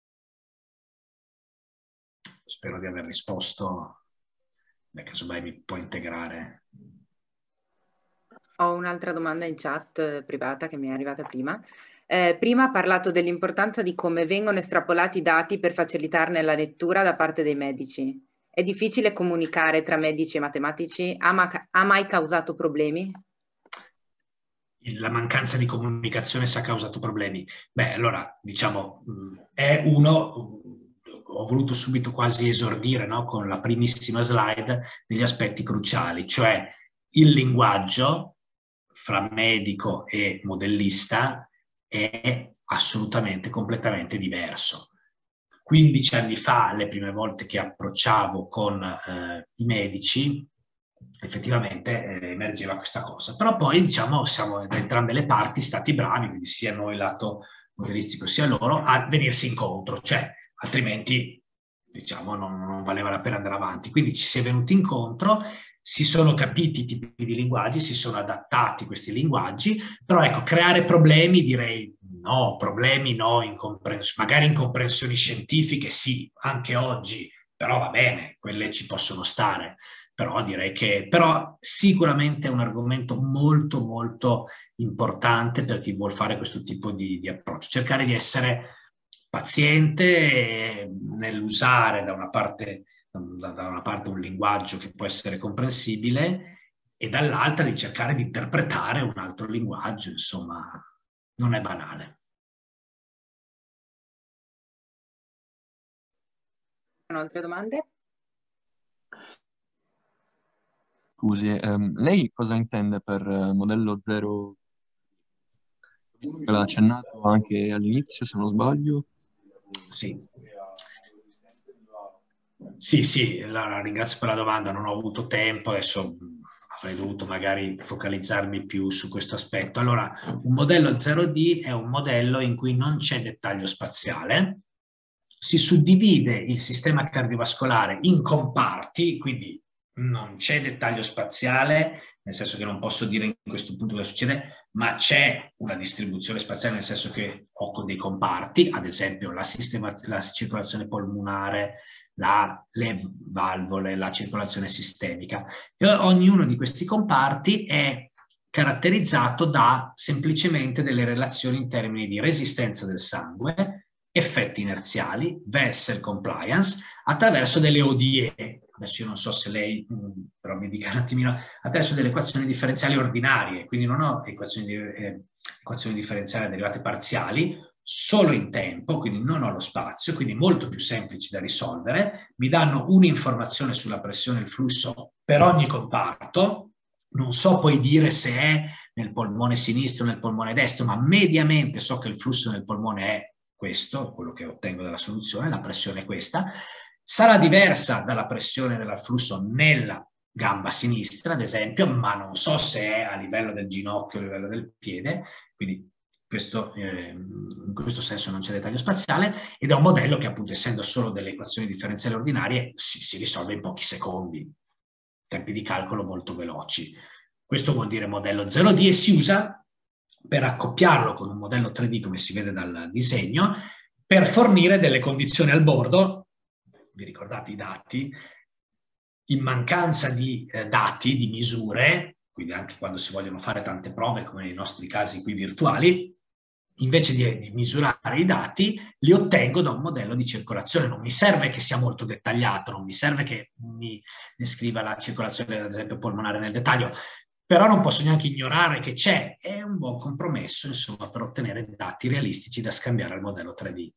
Spero di aver risposto, nel caso mai mi può integrare. Ho un'altra domanda in chat eh, privata che mi è arrivata prima. Eh, prima ha parlato dell'importanza di come vengono estrapolati i dati per facilitarne la lettura da parte dei medici. È difficile comunicare tra medici e matematici? Ha, ma ha mai causato problemi? La mancanza di comunicazione se ha causato problemi? Beh, allora, diciamo, è uno... Ho voluto subito quasi esordire, no, con la primissima slide degli aspetti cruciali, cioè il linguaggio fra medico e modellista è assolutamente, completamente diverso. quindici anni fa, le prime volte che approcciavo con eh, i medici, effettivamente eh, emergeva questa cosa. Però poi, diciamo, siamo da entrambe le parti stati bravi, quindi sia noi lato modellistico sia loro, a venirsi incontro, cioè altrimenti diciamo non, non valeva la pena andare avanti. Quindi ci si è venuti incontro, si sono capiti i tipi di linguaggi, si sono adattati questi linguaggi, però ecco, creare problemi direi no, problemi no, incomprensioni, magari incomprensioni scientifiche sì, anche oggi, però va bene, quelle ci possono stare. Però direi che però sicuramente è un argomento molto molto importante per chi vuol fare questo tipo di, di approccio, cercare di essere paziente nell'usare da una parte, da, da una parte un linguaggio che può essere comprensibile e dall'altra di cercare di interpretare un altro linguaggio, insomma, non è banale. Sono altre domande? Scusi, ehm, lei cosa intende per eh, modello zero? L'ha accennato anche all'inizio, se non sbaglio. Sì. Sì, sì, la, la ringrazio per la domanda, non ho avuto tempo, adesso avrei dovuto magari focalizzarmi più su questo aspetto. Allora, un modello zero D è un modello in cui non c'è dettaglio spaziale, si suddivide il sistema cardiovascolare in comparti, quindi non c'è dettaglio spaziale, nel senso che non posso dire in questo punto cosa succede, ma c'è una distribuzione spaziale, nel senso che ho dei comparti, ad esempio la, sistema, la circolazione polmonare, la, le valvole, la circolazione sistemica. E ognuno di questi comparti è caratterizzato da semplicemente delle relazioni in termini di resistenza del sangue, effetti inerziali, vessel compliance, attraverso delle O D E. adesso io non so se lei, però mi dica un attimino, attraverso delle equazioni differenziali ordinarie, quindi non ho equazioni, di, eh, equazioni differenziali a derivate parziali, solo in tempo, quindi non ho lo spazio, quindi molto più semplici da risolvere, mi danno un'informazione sulla pressione e il flusso per ogni comparto, non so poi dire se è nel polmone sinistro o nel polmone destro, ma mediamente so che il flusso nel polmone è questo, quello che ottengo dalla soluzione, la pressione è questa, sarà diversa dalla pressione del flusso nella gamba sinistra, ad esempio, ma non so se è a livello del ginocchio o a livello del piede, quindi questo, eh, in questo senso non c'è dettaglio spaziale, ed è un modello che appunto essendo solo delle equazioni differenziali ordinarie si, si risolve in pochi secondi, tempi di calcolo molto veloci. Questo vuol dire modello zero D e si usa per accoppiarlo con un modello tre D come si vede dal disegno, per fornire delle condizioni al bordo, vi ricordate i dati, in mancanza di eh, dati, di misure, quindi anche quando si vogliono fare tante prove come nei nostri casi qui virtuali, invece di, di misurare i dati, li ottengo da un modello di circolazione. Non mi serve che sia molto dettagliato, non mi serve che mi descriva la circolazione, ad esempio, polmonare nel dettaglio, però non posso neanche ignorare che c'è. È un buon compromesso, insomma, per ottenere dati realistici da scambiare al modello tre D.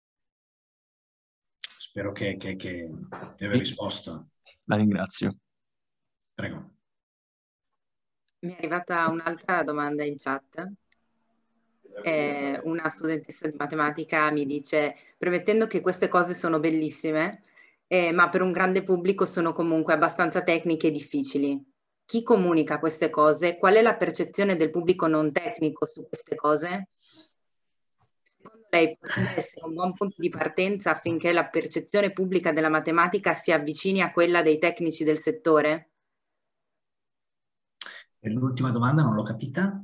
Spero che, che, che vi abbia risposto. La ringrazio. Prego. Mi è arrivata un'altra domanda in chat. Eh, una studentessa di matematica mi dice: premettendo che queste cose sono bellissime, eh, ma per un grande pubblico sono comunque abbastanza tecniche e difficili. Chi comunica queste cose? Qual è la percezione del pubblico non tecnico su queste cose? Secondo lei potrebbe essere un buon punto di partenza affinché la percezione pubblica della matematica si avvicini a quella dei tecnici del settore? E l'ultima domanda non l'ho capita.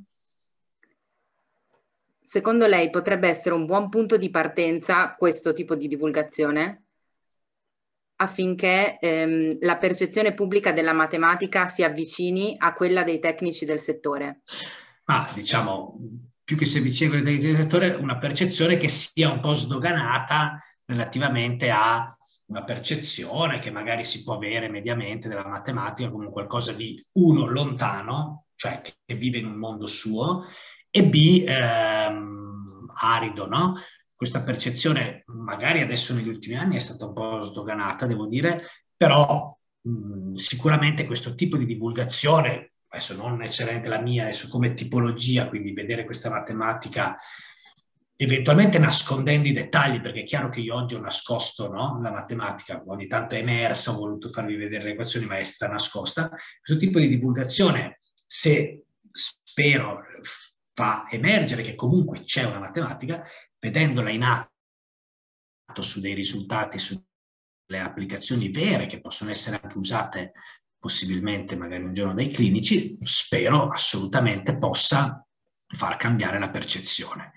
Secondo lei potrebbe essere un buon punto di partenza questo tipo di divulgazione affinché ehm, la percezione pubblica della matematica si avvicini a quella dei tecnici del settore? Ma diciamo, più che si avvicini a quella dei tecnici del settore, una percezione che sia un po' sdoganata relativamente a una percezione che magari si può avere mediamente della matematica come qualcosa di, uno, lontano, cioè che vive in un mondo suo, e B, ehm, arido, no? Questa percezione magari adesso negli ultimi anni è stata un po' sdoganata, devo dire, però mh, sicuramente questo tipo di divulgazione, adesso non necessariamente la mia, adesso come tipologia, quindi vedere questa matematica eventualmente nascondendo i dettagli, perché è chiaro che io oggi ho nascosto, no, la matematica, ogni tanto è emersa, ho voluto farvi vedere le equazioni, ma è stata nascosta. Questo tipo di divulgazione, se spero fa emergere che comunque c'è una matematica, vedendola in atto su dei risultati, su delle applicazioni vere che possono essere anche usate possibilmente magari un giorno dai clinici, spero assolutamente possa far cambiare la percezione.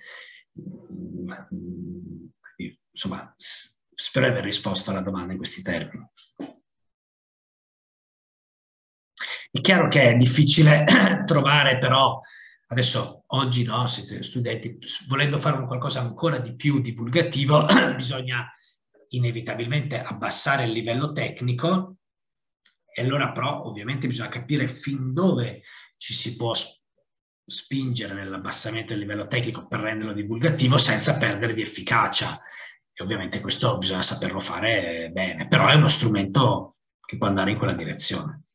Insomma, spero di aver risposto alla domanda in questi termini. È chiaro che è difficile trovare però, adesso oggi no, siete studenti, volendo fare un qualcosa ancora di più divulgativo, bisogna inevitabilmente abbassare il livello tecnico, e allora però ovviamente bisogna capire fin dove ci si può spingere nell'abbassamento del livello tecnico per renderlo divulgativo senza perdere di efficacia, e ovviamente questo bisogna saperlo fare bene, però è uno strumento che può andare in quella direzione.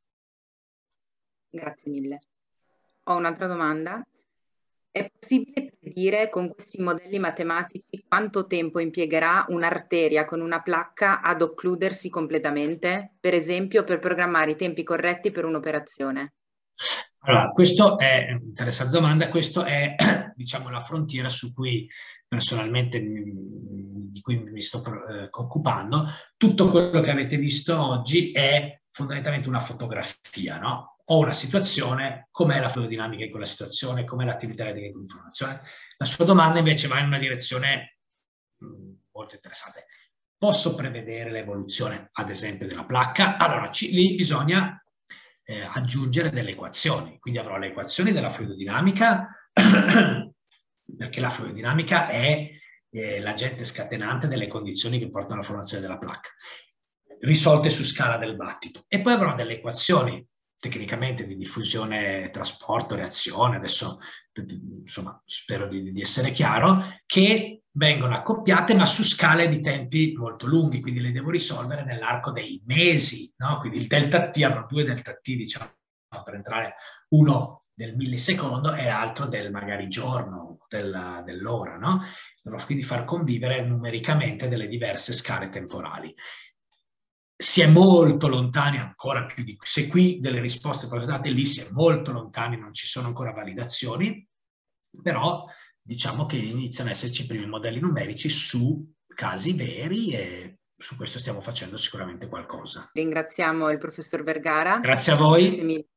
Grazie mille. Ho un'altra domanda. È possibile predire con questi modelli matematici quanto tempo impiegherà un'arteria con una placca ad occludersi completamente, per esempio per programmare i tempi corretti per un'operazione? Allora, questa è un'interessante domanda, questa è, diciamo, la frontiera su cui personalmente di cui mi sto eh, occupando. Tutto quello che avete visto oggi è fondamentalmente una fotografia, no? Ho una situazione, com'è la fluidodinamica in quella situazione, com'è l'attività elettrica in quell'informazione. La sua domanda invece va in una direzione mh, molto interessante. Posso prevedere l'evoluzione, ad esempio, della placca? Allora, ci, lì bisogna eh, aggiungere delle equazioni. Quindi avrò le equazioni della fluidodinamica, perché la fluidodinamica è eh, l'agente scatenante delle condizioni che portano alla formazione della placca. risolte su scala del battito. E poi avrò delle equazioni tecnicamente di diffusione, trasporto, reazione, adesso insomma spero di, di essere chiaro, che vengono accoppiate ma su scale di tempi molto lunghi, quindi le devo risolvere nell'arco dei mesi, no? Quindi il delta T, avrò due delta T, diciamo, per entrare, uno del millisecondo e altro del magari giorno, del, dell'ora, no? Dovrò quindi far convivere numericamente delle diverse scale temporali. Si è molto lontani, ancora più di... Se qui delle risposte date, lì si è molto lontani, non ci sono ancora validazioni, però diciamo che iniziano ad esserci i primi modelli numerici su casi veri e su questo stiamo facendo sicuramente qualcosa. Ringraziamo il professor Vergara. Grazie a voi. Grazie mille.